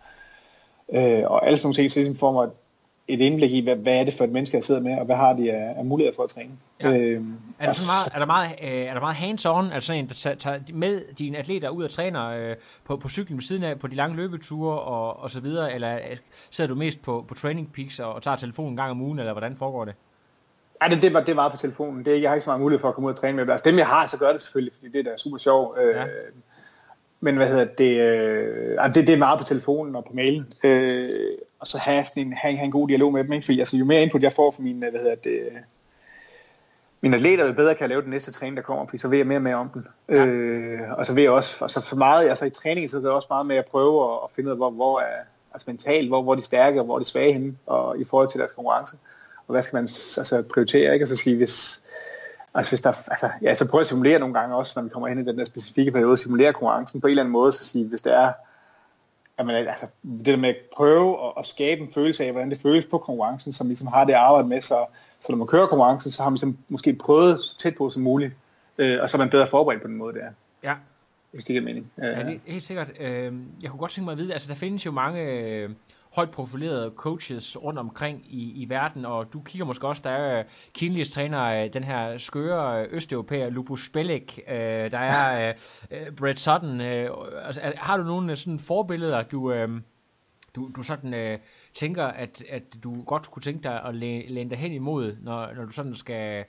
øh, og alle sådan nogle ting, så ligesom får mig et indblik i, hvad, hvad er det for et menneske, jeg sidder med, og hvad har de af, af muligheder for at træne. Ja. Øh, er, der så meget, er, der meget, øh, er der meget hands-on, altså en, der tager, tager med dine atleter ud og træner øh, på, på cyklen ved siden af, på de lange løbeture og, og så videre, eller sidder du mest på, på Training Peaks og, og tager telefonen en gang om ugen, eller hvordan foregår det? Ja, det, det, var, det var på telefonen. Det, jeg har ikke så meget mulighed for at komme ud og træne med. Altså dem, jeg har, så gør det selvfølgelig, fordi det er da super sjovt. Øh, ja. Men hvad hedder det, øh, det? Det er meget på telefonen og på mailen. Øh, og så have, sådan en, have, have en god dialog med dem. Ikke? Fordi altså, jo mere input jeg får fra mine, hvad hedder det, mine atleter, jo bedre kan jeg lave den næste træning, der kommer. Fordi så ved jeg mere og mere om den. Ja. Øh, og så ved jeg også, og så for meget, altså i træningen, så er det også meget med at prøve at, at finde ud af, hvor, hvor er, altså mentalt, hvor, hvor de er stærke og hvor de er svage henne, og i forhold til deres konkurrence. Og hvad skal man altså prioritere, ikke? Og så sige, hvis, altså hvis der, altså, ja, så prøver at simulere nogle gange også, når vi kommer hen i den der specifikke periode, simulere konkurrencen på en eller anden måde, så sige, hvis det er, at man, altså, det der med at prøve at, at skabe en følelse af, hvordan det føles på konkurrencen, som ligesom har det arbejde med, så, så når man kører konkurrencen, så har man ligesom måske prøvet så tæt på som muligt, øh, og så er man bedre forberedt på den måde, der. Ja. Hvis det giver mening. Ja, det er helt sikkert. Øh, jeg kunne godt tænke mig at vide, altså der findes jo mange øh, højt profilerede coaches rundt omkring i, i verden, og du kigger måske også, der er Kinleys træner, den her skøre østeuropæer, Lupus Belek, øh, der er øh, Brett Sutton. Øh, altså, har du nogle sådan forbilleder, du, øh, du, du sådan øh, tænker, at, at du godt kunne tænke dig at læ- læne dig hen imod, når, når du sådan skal,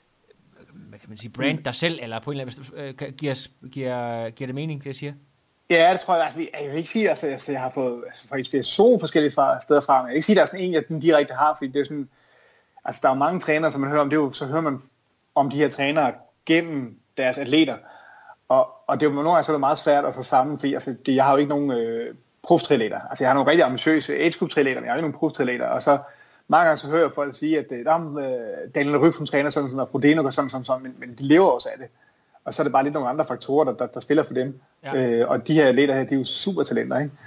hvad kan man sige, brand dig selv, eller på en eller anden, øh, giver, giver, giver det mening, det jeg siger? Ja, det tror jeg. Altså, jeg vil ikke sige, altså, altså jeg har fået altså, for inspiration forskellige fra, steder fra, men jeg vil ikke sige, at der er sådan en, jeg den direkte har, fordi det er sådan, altså der er mange trænere, som man hører om, det er jo, så hører man om de her trænere gennem deres atleter, og, og det er jo nogle gange så er det meget svært at så sammen, fordi altså, det, jeg har jo ikke nogen øh, prof-triatleter, altså jeg har nogle rigtig ambitiøse age-group-triatleter, men jeg har ikke nogen prof-triatleter, og så mange gange så hører jeg folk sige, at der er øh, Daniel Ryf, som træner sådan, sådan, og Frodeno og sådan, sådan, sådan, men, men de lever også af det. Og så er det bare lidt nogle andre faktorer, der, der, der spiller for dem. Ja. Øh, og de her atleter her, de er jo super talenter, ikke?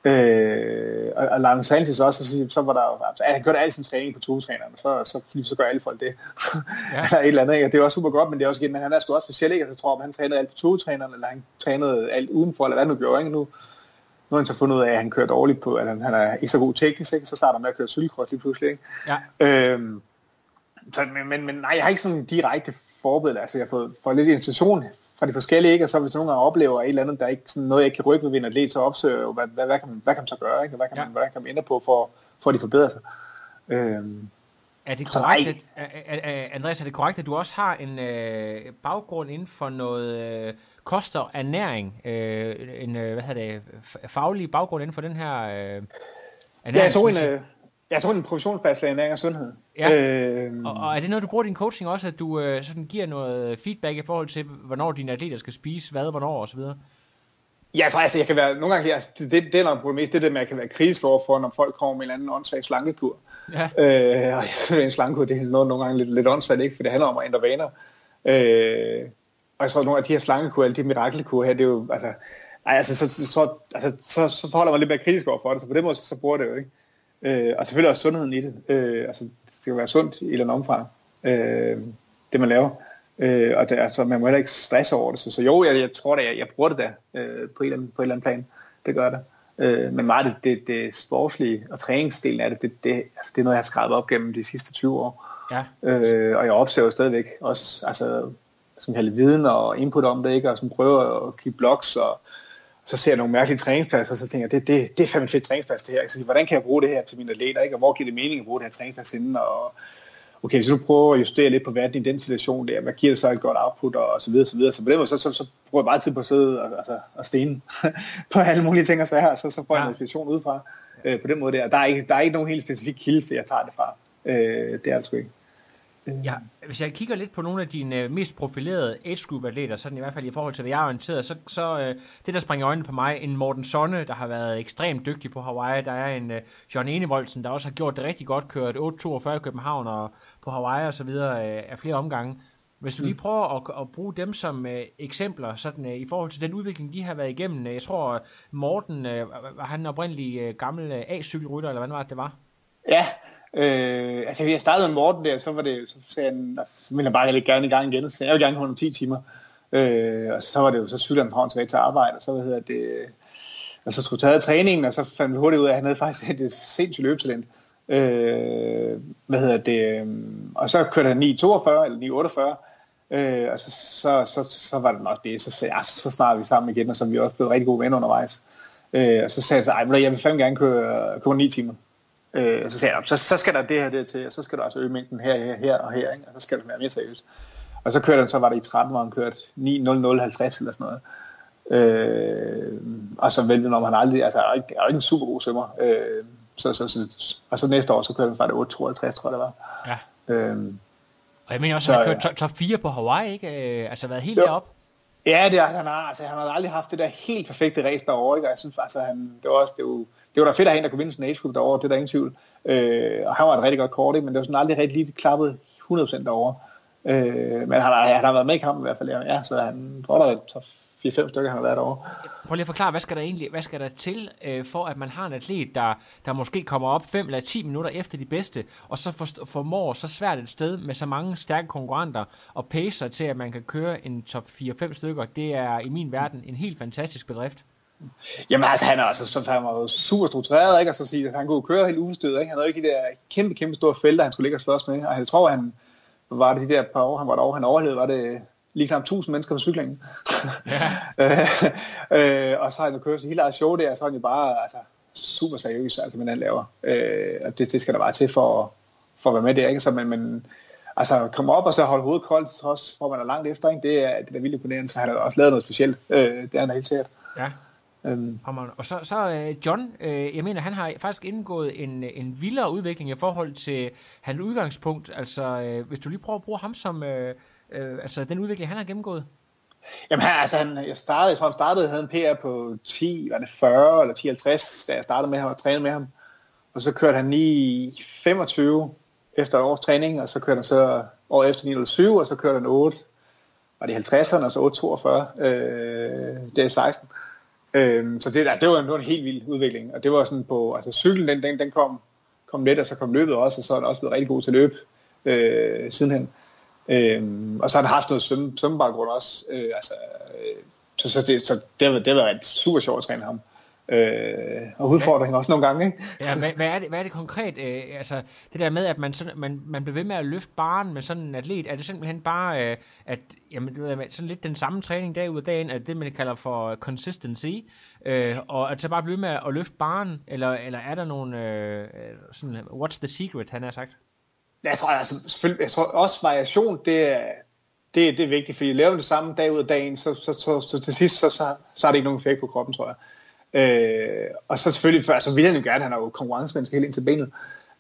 Øh, og, og Lars Sanchez også, så, så var der jo, altså, han gjorde alt sin træning på togetræneren, og så, så, så gør alle folk det. Ja. Eller et eller andet, ikke? Og det er også super godt, men det er også igen, men han er sgu også speciel, ikke? Altså, jeg tror, at han trænede alt på togetræneren, eller han trænede alt udenfor, eller hvad nu gjorde, ikke? Nu, nu har han så fundet ud af, at han kører dårligt på, at han, han er ikke så god teknisk, ikke? Så starter han med at køre cykelcross lige pludselig, ikke? Ja. Øh, så, men, men, men nej, jeg har ikke sådan en direkte forbillede, altså jeg har fået, fået lidt inspiration fra de forskellige, ikke? Og så hvis nogle gange oplever et eller andet, der er ikke sådan noget, jeg ikke kan rykke ved en atlet, så opsøger hvad, hvad, hvad, kan man, hvad kan man så gøre, ikke? Og hvad kan man, ja. hvad kan man ændre på, for, for at de forbedrer sig. Øhm, er det korrekt, at, at, at, Andreas, er det korrekt, at du også har en øh, baggrund inden for noget øh, kost og ernæring, øh, en øh, hvad hedder det, faglig baggrund inden for den her øh, ernæring? Ja, jeg tog en, øh, Jeg tror, det er en professionsbachelæring af sundhed. Ja. Øh, og, og er det noget, du bruger i din coaching også, at du øh, sådan giver noget feedback i forhold til, hvornår dine atleter skal spise, hvad, hvornår osv.? Ja, jeg tror altså, jeg kan være, nogle gange, altså, det, det, det er nok på det mest, det der med, at jeg kan være kritisk overfor, når folk kommer med en eller anden åndssvag slankekur. Ja. Øh, og jeg synes, en slankekur, det er noget, nogle gange lidt, lidt åndssvagt, ikke? For det handler om at ændre vaner. Øh, og jeg tror, at nogle af de her slankekur, alle de mirakelkur her, det er jo, altså, ej, altså, så, så, altså, så, så forholder man lidt mere kritisk overfor det, så på den måde, så, så bruger det jo, ikke? Øh, og selvfølgelig også sundheden i det. Øh, altså, det skal være sundt i et eller andet omfang, øh, det man laver. Øh, og det, altså, man må heller ikke stresse over det. Så, så jo, jeg, jeg tror da, jeg, jeg bruger det der øh, på, et eller andet, på et eller andet plan. Det gør det. Øh, men meget det, det, det sportslige og træningsdelen af det, det, det, altså, det er noget, jeg har skrabet op gennem de sidste tyve år. Ja. Øh, og jeg opsøger stadigvæk også, altså, som jeg har viden og input om det, ikke? Og som prøver at give blogs, og så ser jeg nogle mærkelige træningspladser, og så tænker jeg, det, det, det er fandme fedt træningsplads det her. Så hvordan kan jeg bruge det her til mine atleter, ikke? Og hvor giver det mening at bruge det her træningsplads inden, og okay, hvis du prøver at justere lidt på verden i den situation der, hvad giver det så et godt output, og så videre, så videre. Så på den måde, så, så, så bruger jeg meget tid på at sidde og, altså, og stene på alle mulige ting og så her, så, så får jeg ja. en inspiration udefra. Øh, på den måde der. Der er ikke, der er ikke nogen helt specifik kilde, for jeg tager det fra. Øh, det er det sgu ikke. Ja, hvis jeg kigger lidt på nogle af dine mest profilerede age group atleter, sådan i hvert fald i forhold til, hvad jeg er orienteret, så, så øh, det, der springer i øjnene på mig, en Morten Sonne, der har været ekstremt dygtig på Hawaii, der er en øh, John Enevoldsen, der også har gjort det rigtig godt, kørt otte toogfyrre i København og på Hawaii og så videre øh, af flere omgange. Hvis du lige prøver at, at bruge dem som øh, eksempler, sådan øh, i forhold til den udvikling, de har været igennem. Jeg tror, Morten, øh, var han oprindeligt øh, gammel øh, A-cykelrytter, eller hvad var det, det var? Ja. Øh, altså jeg startede med Morten der, så var det så sagde han, altså, så ville jeg bare lidt gerne i gang igen, så jeg vil gerne holde ti timer, øh, og så var det jo så cykler han fra tilbage til arbejde, og så hvad hedder det, og så skulle tage træningen, og så fandt vi hurtigt ud af, at han havde faktisk et sindssygt løbetalent, øh, hvad hedder det, øh, og så kørte han ni toogfyrre eller ni otteogfyrre, øh, og så, så, så, så var det nok det, så sagde jeg, så, så snart vi sammen igen, og så er vi også blevet rigtig gode venner undervejs, øh, og så sagde jeg så, ej, jeg vil fandme gerne køre, køre ni timer. Øh, så sagde jeg, så, så skal der det her det til, og så skal der også øge mængden her, her, her og her, ikke? Og så skal det være mere seriøst. Og så kørte han, så var det i tretten, hvor han kørte ni nul nul halvtreds eller sådan noget. Øh, og så væltede når han aldrig, altså er ikke, er ikke en super god svømmer. Øh, så, så, så, og så næste år, så kørte han faktisk otte tooghalvtreds, tror jeg det var. Ja. Øh, og jeg mener også, at han har kørt top, top fire på Hawaii, ikke? Øh, altså været helt deroppe. Ja, det er han har. Altså han har aldrig haft det der helt perfekte race derovre, ikke? Og jeg synes faktisk, at han, det var også, det var, det var da fedt at have en, der kunne vinde sådan en age group derovre, det er der ingen tvivl. Øh, og han var et rigtig godt kort, ikke? Men det var sådan aldrig rigtig lige klappet hundrede procent derovre. Øh, men han har, han har været med i kampen i hvert fald, ja, så han tror der er fire fem stykker, han har været derovre. Prøv lige at forklare, hvad skal der egentlig, hvad skal der til, øh, for at man har en atlet, der, der måske kommer op fem eller ti minutter efter de bedste, og så for, formår så svært et sted med så mange stærke konkurrenter, og pacer til, at man kan køre en top fire fem stykker. Det er i min verden en helt fantastisk bedrift. Jamen altså, han er altså, så han var jo super struktureret, ikke? Og så sige, at han kunne køre helt uforstødet, ikke? Han havde ikke de der kæmpe, kæmpe store felter, han skulle ligge og slås med, og jeg tror, han var det de der par år, han var derovre, han overlevede, var det lige knap tusind mennesker på cyklingen. Ja. øh, og så har han jo kørt sig hele eget show der, og så er han jo bare altså, super seriøs, altså, men han laver. Øh, og det, det skal der bare til for, for at være med der, ikke? Så, men, men altså, komme op og så holde hovedet koldt, trods hvor man er langt efter, ikke? Det er, det er vildt imponerende, så han har også lavet noget specielt. Øh, det er han helt sikkert. Ja. Um. Og så, så uh, John, uh, jeg mener, han har faktisk indgået en, en vildere udvikling i forhold til hans udgangspunkt. Altså, uh, hvis du lige prøver at bruge ham som, uh, uh, altså den udvikling, han har gennemgået. Jamen, han, altså, han, jeg startede, jeg tror, han startede, havde en P R på ti, var det fyrre eller ti halvtreds, da jeg startede med ham og trænede med ham. Og så kørte han ni femogtyve efter et års træning, og så kørte han så år efter ni nul syv, og så kørte han otte, var det halvtredserne, og så otte toogfyrre, øh, det er seksten. Øhm, så det, altså, det, var en, det var en helt vild udvikling, og det var sådan på, altså cyklen, den, den, den kom, kom let, og så kom løbet også, og så er den også blevet rigtig god til løb øh, sidenhen. Øhm, og så har den haft noget svømme, svømmebaggrund også, øh, altså, øh, så, så, det, så det, har, det har været et super sjovt at træne ham. Øh, og udfordringer også nogle gange, ikke? Ja, hvad, hvad, er det, hvad er det konkret? Øh, altså, det der med, at man, sådan, man, man bliver ved med at løfte barren med sådan en atlet, er det simpelthen bare, øh, at jamen, det er sådan lidt den samme træning dag ud af dagen, at det man kalder for consistency, øh, og at så bare blive ved med at løfte barren, eller, eller er der nogle, øh, sådan, what's the secret, han har sagt? Jeg tror, altså, selvfølgelig, jeg tror også variation, det er, det, det er vigtigt, fordi laver det samme dag ud af dagen, så, så, så, så til sidst, så, så, så er det ikke nogen effekt på kroppen, tror jeg. Øh, og så selvfølgelig, for, altså vil han jo gerne, han er jo konkurrencemenneske helt ind til benet,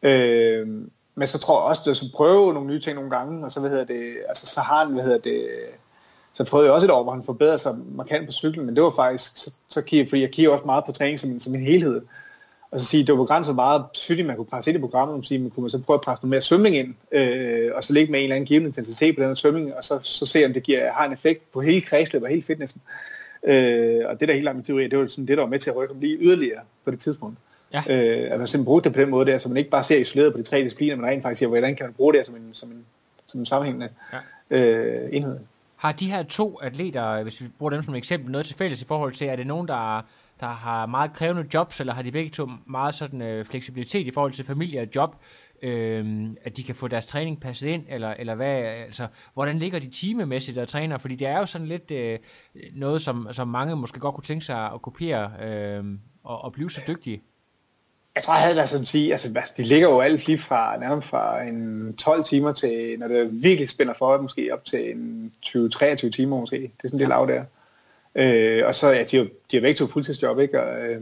Øh, men så tror jeg også, at så prøve nogle nye ting nogle gange, og så, hvad hedder det, altså, så har han, hvad hedder det, så prøvede jeg også et år, hvor han forbedrede sig markant på cyklen, men det var faktisk, så, så kigger, fordi jeg kigger også meget på træning som, som en helhed, og så sige, det var begrænset meget, selvfølgelig man kunne presse ind i programmet, og sige, man kunne så prøve at presse noget mere svømning ind, øh, og så ligge med en eller anden given intensitet på den her svømning, og så, så se, om det giver, har en effekt på hele kredsløbet og hele fitnessen. Øh, og det der helt langt med teori, det var sådan det, der var med til at rykke om lige yderligere på det tidspunkt. Ja. Øh, at man simpelthen bruger det på den måde der, så man ikke bare ser isoleret på de tre discipliner, men rent faktisk siger, hvordan kan man bruge det som en, som en, som en sammenhængende ja. øh, enhed. Har de her to atleter, hvis vi bruger dem som et eksempel, noget til fælles i forhold til, er det nogen, der, der har meget krævende jobs, eller har de begge to meget sådan øh, fleksibilitet i forhold til familie og job, øh, at de kan få deres træning passet ind, eller, eller hvad, altså, hvordan ligger de timemæssigt og træner? Fordi det er jo sådan lidt øh, noget, som, som mange måske godt kunne tænke sig at kopiere øh, og, og blive så dygtige. Jeg tror, jeg havde været sådan at sige, altså de ligger jo alt lige fra, nærmest fra en tolv timer til, når det virkelig spænder for, måske op til en tyve til treogtyve timer måske. Det er sådan det lav der. Øh, og så, ja, de har de begge to fuldtidsjob, ikke? Og, øh,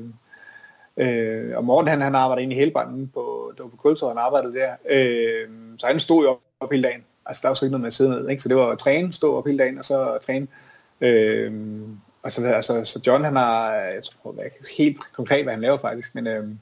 øh, og Morten, han, han arbejder inde i Helbranden på, det var på Kultur, han arbejdede der. Øh, så han stod jo op hele dagen. Altså der var sgu ikke noget med at sidde ned, ikke? Så det var at træne, stå op hele dagen, og så træne. Øh, og så, altså, så John, han har, jeg tror ikke helt konkret, hvad han laver faktisk, men... Øh,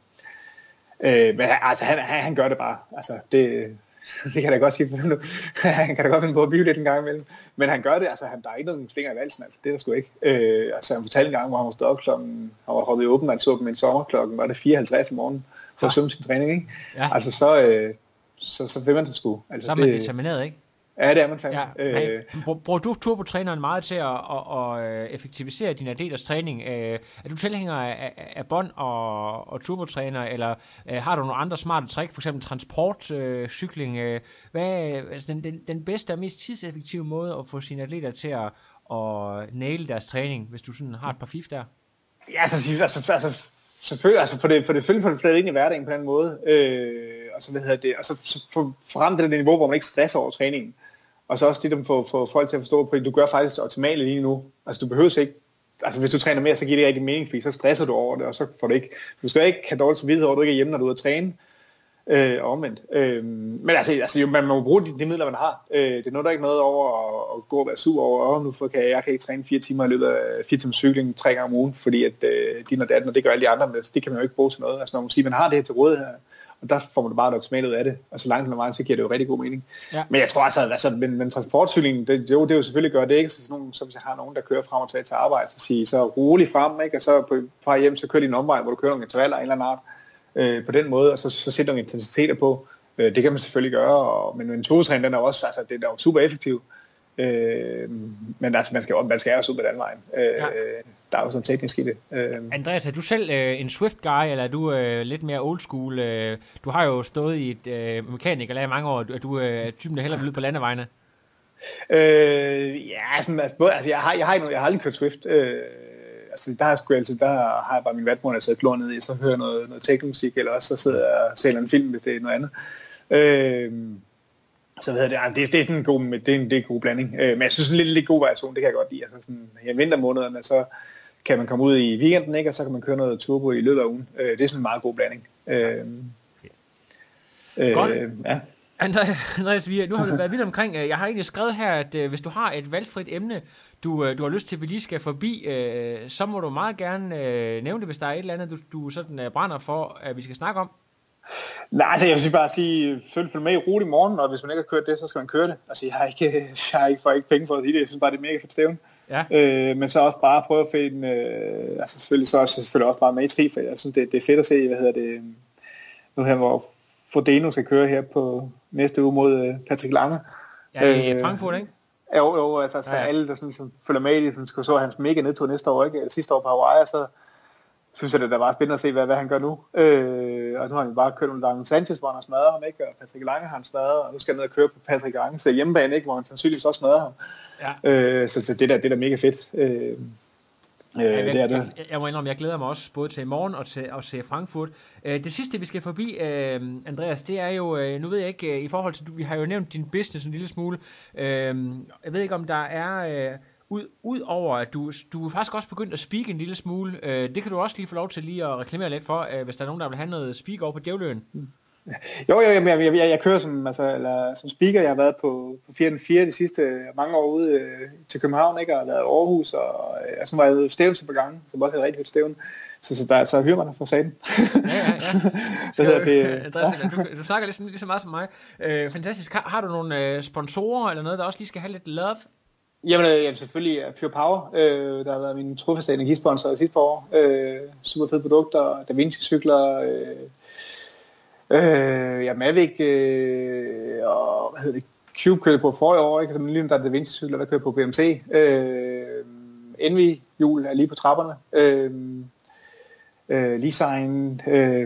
Øh, men altså, han, han, han gør det bare. Altså, det, det kan jeg da godt sige. Han kan da godt finde på at blive lidt en gang imellem. Men han gør det, altså, han, der er ikke nogen slinger i valsen, altså, det er der sgu ikke. Øh, altså, han fortalte en gang, hvor han var stået op klokken, han var hoppet i åben, man så på min sommerklokken, var det fire halvtreds om morgenen, for at svømme sin træning, ikke? Ja. Altså, så, øh, så, så vil man det sgu. Altså, så er man det, determineret, ikke? Ja, det er man fandme. Ja, øh, bruger du turbotræneren meget til at, at, at effektivisere dine atleters træning? Er du tilhænger af, af bånd og, og turbotræner, eller har du nogle andre smarte trick, for eksempel transport, øh, cykling? Øh, hvad er altså den, den, den bedste og mest tidseffektive måde at få sine atleter til at, at naile deres træning, hvis du sådan har et par fif der? Ja, altså, altså, altså selvfølgelig, altså på det, på det følge, for det ind i hverdagen på den måde, øh, og så hvad hedder det, og så, så frem til det niveau, hvor man ikke stresser over træningen. Og så også det, der får, får folk til at forstå, at du gør faktisk det optimale lige nu. Altså du behøver ikke, altså hvis du træner mere, så giver det rigtig mening, fordi så stresser du over det, og så får du ikke, du skal ikke have dårligt samvittighed over, at du ikke er hjemme, når du er ude at træne, øh, omvendt. Øh, men altså, altså man må bruge de, de midler, man har. Øh, det er der ikke noget over at, at gå og være sur over, og nu kan jeg, jeg kan ikke træne fire timer i løbet af fire timer cykling tre gange om ugen, fordi at øh, din og datten, og det gør alle de andre, men det kan man jo ikke bruge til noget. Altså man må sige, man har det her til rådighed her. Og der får man bare et optimalt ud af det, og så langt hen ad vejen, så giver det jo rigtig god mening. Ja. Men jeg tror altså, altså men, men transportcyklingen, det, det, det, det jo selvfølgelig gør det ikke, så, sådan nogle, så hvis jeg har nogen, der kører frem og tilbage til arbejde, så siger så roligt frem, ikke? Og så på vej hjem, så kører de en omvej, hvor du kører nogle intervaller af en eller anden art, øh, på den måde, og så, så sætter nogle intensiteter på. Øh, det kan man selvfølgelig gøre, og, men en turtræning, den er også, altså det er jo super effektiv. Øh, men altså, man skal jo man skal også ud på den vej. Øh, ja. Der er jo sådan teknisk i det. Øh. Andreas, er du selv øh, en Swift-guy, eller er du øh, lidt mere old school? Øh, du har jo stået i et øh, mekanikerlag i mange år, er du øh, typen, der hellere vil ud på landevejene? Øh, ja, sådan, altså, både, altså, jeg, har, jeg, har ikke, jeg har aldrig kørt Swift. Øh, altså, der, har sgu, altså, der har jeg bare min vatmor, der sidder klor ned i, så hører noget, noget teknomusik, eller også så sidder jeg og ser en film, hvis det er noget andet. Øh, Så ved jeg, det, det, det er sådan en god, det er en, det er en god blanding. Øh, men jeg synes en lidt, lidt god variation, det kan jeg godt lide. Altså sådan, i vintermånederne, så kan man komme ud i weekenden, ikke? Og så kan man køre noget turbo i løbet af ugen. Øh, det er sådan en meget god blanding. Øh, øh, godt. Ja. Andreas, vi, nu har vi været vidt omkring. Jeg har egentlig skrevet her, at øh, hvis du har et valgfrit emne, du, øh, du har lyst til, at vi lige skal forbi, øh, så må du meget gerne øh, nævne det, hvis der er et eller andet, du, du sådan øh, brænder for, at vi skal snakke om. Nej, altså jeg vil bare sige, følg, følg med i rute i morgen, og hvis man ikke har kørt det, så skal man køre det. Altså jeg har ikke, jeg har ikke, får ikke penge for at sige det, jeg synes bare, det er mega fedt stævn. Ja. Øh, men så også bare prøve at finde, øh, altså selvfølgelig så også, selvfølgelig også bare med i tri, for jeg synes, det, det er fedt at se, hvad hedder det, nu her, hvor Frodeno skal køre her på næste uge mod øh, Patrick Lange. Ja, i øh, Frankfurt, ikke? Jo, jo, altså så ja, ja. Alle, der sådan, ligesom, følger med i det, som skal så hans mega nedtur næste år, ikke? Eller sidste år på Hawaii, så synes jeg, det er bare spændende at se, hvad, hvad han gør nu. Øh, og nu har han bare kørt nogle gange Sanchez, hvor han har smadret ham, ikke? Og Patrick Lange har han smadret, og nu skal han ned og køre på Patrick Langes hjemmebane, ikke? Hvor han sandsynligvis også smadrer ham. Ja. Øh, så, så det der, det der mega fedt. Øh, øh, ja, jeg, det er det. Jeg, jeg må indrømme, jeg glæder mig også både til i morgen og til at se Frankfurt. Øh, det sidste, vi skal forbi, øh, Andreas, det er jo, øh, nu ved jeg ikke, øh, i forhold til, vi har jo nævnt din business en lille smule. Øh, jeg ved ikke, om der er... Øh, Ud, ud over, at du, du er faktisk også begyndt at speak en lille smule. Øh, det kan du også lige få lov til lige at reklamere lidt for, øh, hvis der er nogen, der vil have noget speak over på Djævløen. Jo, jo, jeg, jeg, jeg, jeg kører som, altså, eller, som speaker. Jeg har været på, på fire fire de sidste mange år ude øh, til København, ikke? Og har været i Aarhus, og, og så var jeg ude stævn til på gange, som også havde rigtig højt stævn. Så, så, der, så hører man fra sagen. Ja, ja, ja. Så det, det, Andreas, du, du snakker lige, lige så meget som mig. Øh, fantastisk. Har, har du nogle øh, sponsorer eller noget, der også lige skal have lidt love? Jamen, øh, jamen selvfølgelig uh, Pure Power, øh, der har været min trofaste energisponsor sidste år. Øh, super fede produkter, Da Vinci cykler, øh, øh, ja, Mavic, øh, og hvad hedder det, Cube kørte på forrige år, ikke? Altså, lige der er Da Vinci cykler, der kører på B M T. Øh, Envy hjul er lige på trapperne. Øh, øh, Leasing, øh,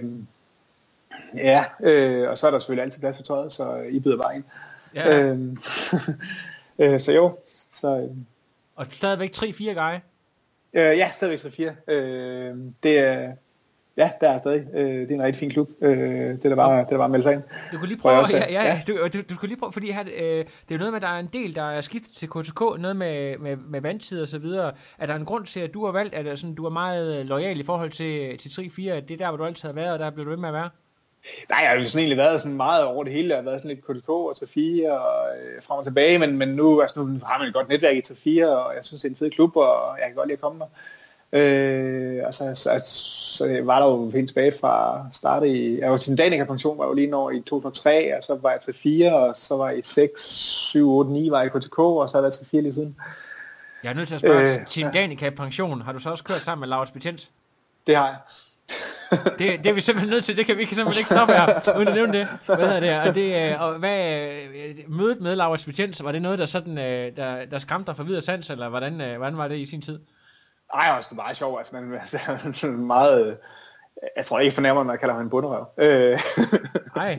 ja, øh, og så er der selvfølgelig altid plads for tøjet, så I byder bare ind. Ja. Øh, øh, så jo. Så, øh, og stadigvæk tre fire guy? Øh, ja, stadigvæk tre fire. Øh, det er, ja, der er stadig. Øh, det er en rigtig fin klub. Øh, det er da bare, det er bare melde sig ind. Du kunne lige prøve, også, ja, ja, ja. Du, du, du kunne lige prøve, fordi her, øh, det er jo noget med, at der er en del, der er skiftet til K T K, noget med, med, med vandtid og så videre. Er der en grund til, at du har valgt, at sådan, du er meget loyal i forhold til, til tre fire, det er der, hvor du altid har været, og der bliver du ved med at være? Nej, jeg har jo sådan egentlig været sådan meget over det hele. Jeg har været sådan lidt K T K og tre fire og øh, frem og tilbage, men, men nu, altså, nu har man et godt netværk i tre fire, og jeg synes, det er en fed klub, og jeg kan godt lide at komme der. Øh, altså, så, altså, så jeg var der jo helt tilbage fra start i... Jeg var til en Danica-pension, var jo lige når i to tusind og tre, og så var jeg tre fire, og så var jeg i seks, syv, otte, ni var jeg i K T K, og så har jeg været tre fire lige siden. Jeg er nødt til at spørge, øh, Team Danica-pension, har du så også kørt sammen med Laurits Betjent? Det har jeg. det, det er vi simpelthen nødt til. Det kan vi kan simpelthen ikke stoppe her uden at nævne det. Hvad er det? Og det og hvad mødet med Laurits Betjent, var det noget der sådan der der skræmte dig for videre sans, eller hvordan hvordan var det i sin tid? Nej, det var meget sjovt, altså man altså, meget jeg tror ikke fornærmer mig, at kalder ham en bunderøv. Øh. Nej.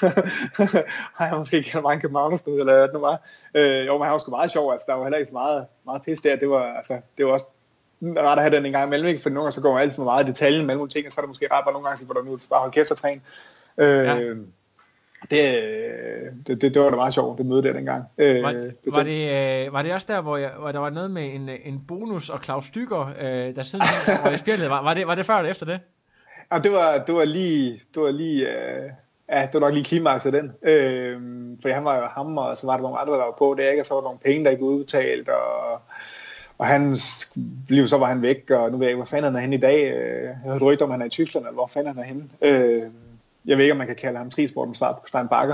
Nej, måske ikke have mange københavnersted, eller hvad det nu var. Øh, jo, men han var sgu meget sjov, altså der var heller ikke så meget, meget pis der. Det var, altså, det var også ret at have den en gang imellem, ikke? For nogle gange så går man alt for meget i detaljen mellem ting, og så er det måske ret bare nogle gange, hvor du nu bare holde kæft og træne. Øh, ja. det, det, det, det var da meget sjovt, det møde der dengang. Øh, var, var, det, var det også der, hvor, jeg, hvor der var noget med en, en bonus og Claus Dykker, øh, der siden var i spjældet? Var, var, det, var det før eller efter det? Ja, det var, det var lige, det var lige, øh, ja, det var nok lige klimaks af den. Øh, for han var jo ham, og så var der nogle andre, der var på det, ikke? Og så var der nogle penge, der ikke var udbetalt, og Og han, lige så var han væk, og nu ved jeg ikke, hvor fanden han er henne i dag. Jeg hørte rygter om, han er i Tyskland, eller hvor fanden han er henne. Jeg ved ikke, om man kan kalde ham trisportens svar på Stein Bakker.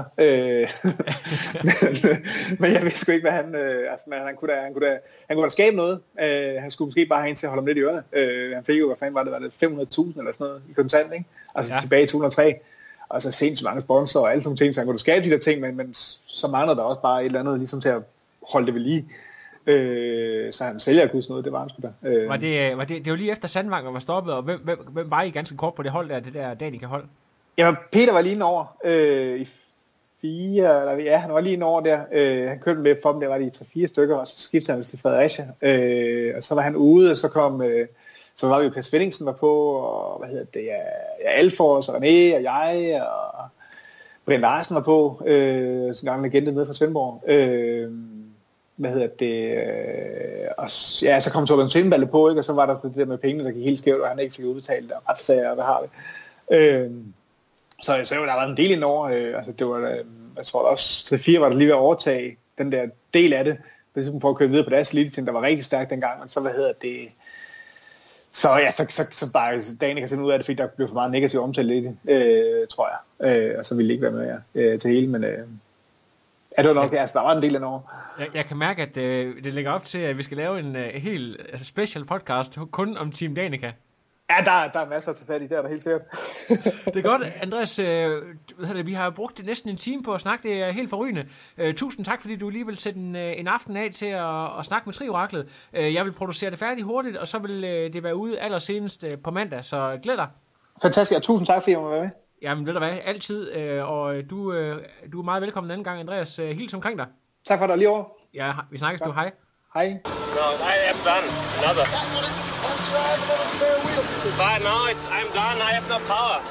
Men jeg ved sgu ikke, hvad han... Altså, han kunne da, han kunne da, han kunne da skabe noget. Han skulle måske bare have en til at holde ham lidt i ørerne. Han fik jo, hvad fanden var det, var det fem hundrede tusind eller sådan noget i kontant, ikke? Altså ja. Tilbage i to tusind og tre. Og så sindssygt mange sponsorer og alle sådan ting, så han kunne da skabe de der ting, men, men så mangler der også bare et eller andet ligesom til at holde det ved lige. Øh, så han sælger kunne sådan noget, det var han sgu da. Øh. Var det, var det, det var lige efter Sandvang var stoppet, og hvem, hvem, hvem var I ganske kort på det hold der, det der Danica-hold? Jamen, Peter var lige over øh, i fire, eller ja, han var lige over der. Øh, han kørte med for dem, der var de tre fire stykker, og så skiftede han til Fredericia. Øh, og så var han ude, og så kom, øh, så var vi jo Per Svendingsen var på, og hvad hedder det, ja, ja Alfors, og René, og jeg, og Brian Larsen var på, øh, så gang legende med fra Svendborg. Øh, hvad hedder det, øh, og ja, så kom Torben Sindballe på, ikke? Og så var der det der med pengene, der gik helt skævt, og han ikke fik udbetalt, og retssager, og hvad har vi. Øh, så, så jo, der var en del indover, øh, altså det var, øh, jeg tror også, tre fire var der lige ved at overtage den der del af det, for at køre videre på deres elite-team, der var rigtig stærkt dengang, og så hvad hedder det, så ja, så, så, så bare dagen kan se ud af det, fordi der blev for meget negativ omtale i det, øh, tror jeg, øh, og så ville det ikke være med ja, øh, til hele, men øh, ja, det var nok, jeg, altså der var en del indover. Jeg, jeg kan mærke, at øh, det lægger op til, at vi skal lave en øh, helt altså special podcast kun om Team Danica. Ja, der, der er masser at tage fat i, der er der helt sikkert. Det er godt, Andreas. Øh, vi har brugt næsten en time på at snakke, det er helt forrygende. Øh, tusind tak, fordi du lige vil sætte en, en aften af til at, at snakke med Tri-oraklet. Øh, jeg vil producere det færdigt hurtigt, og så vil øh, det være ude allersenest øh, på mandag, så glæd dig. Fantastisk, og tusind tak, fordi jeg må være med. Jamen, ved du hvad, altid, øh, og du, øh, du er meget velkommen en anden gang, Andreas. Øh, hils omkring dig. Tak for dig lige over. Ja, vi snakkes du. Hej. Hej. No, I am done. Another. But now it's, I'm done. I have no power.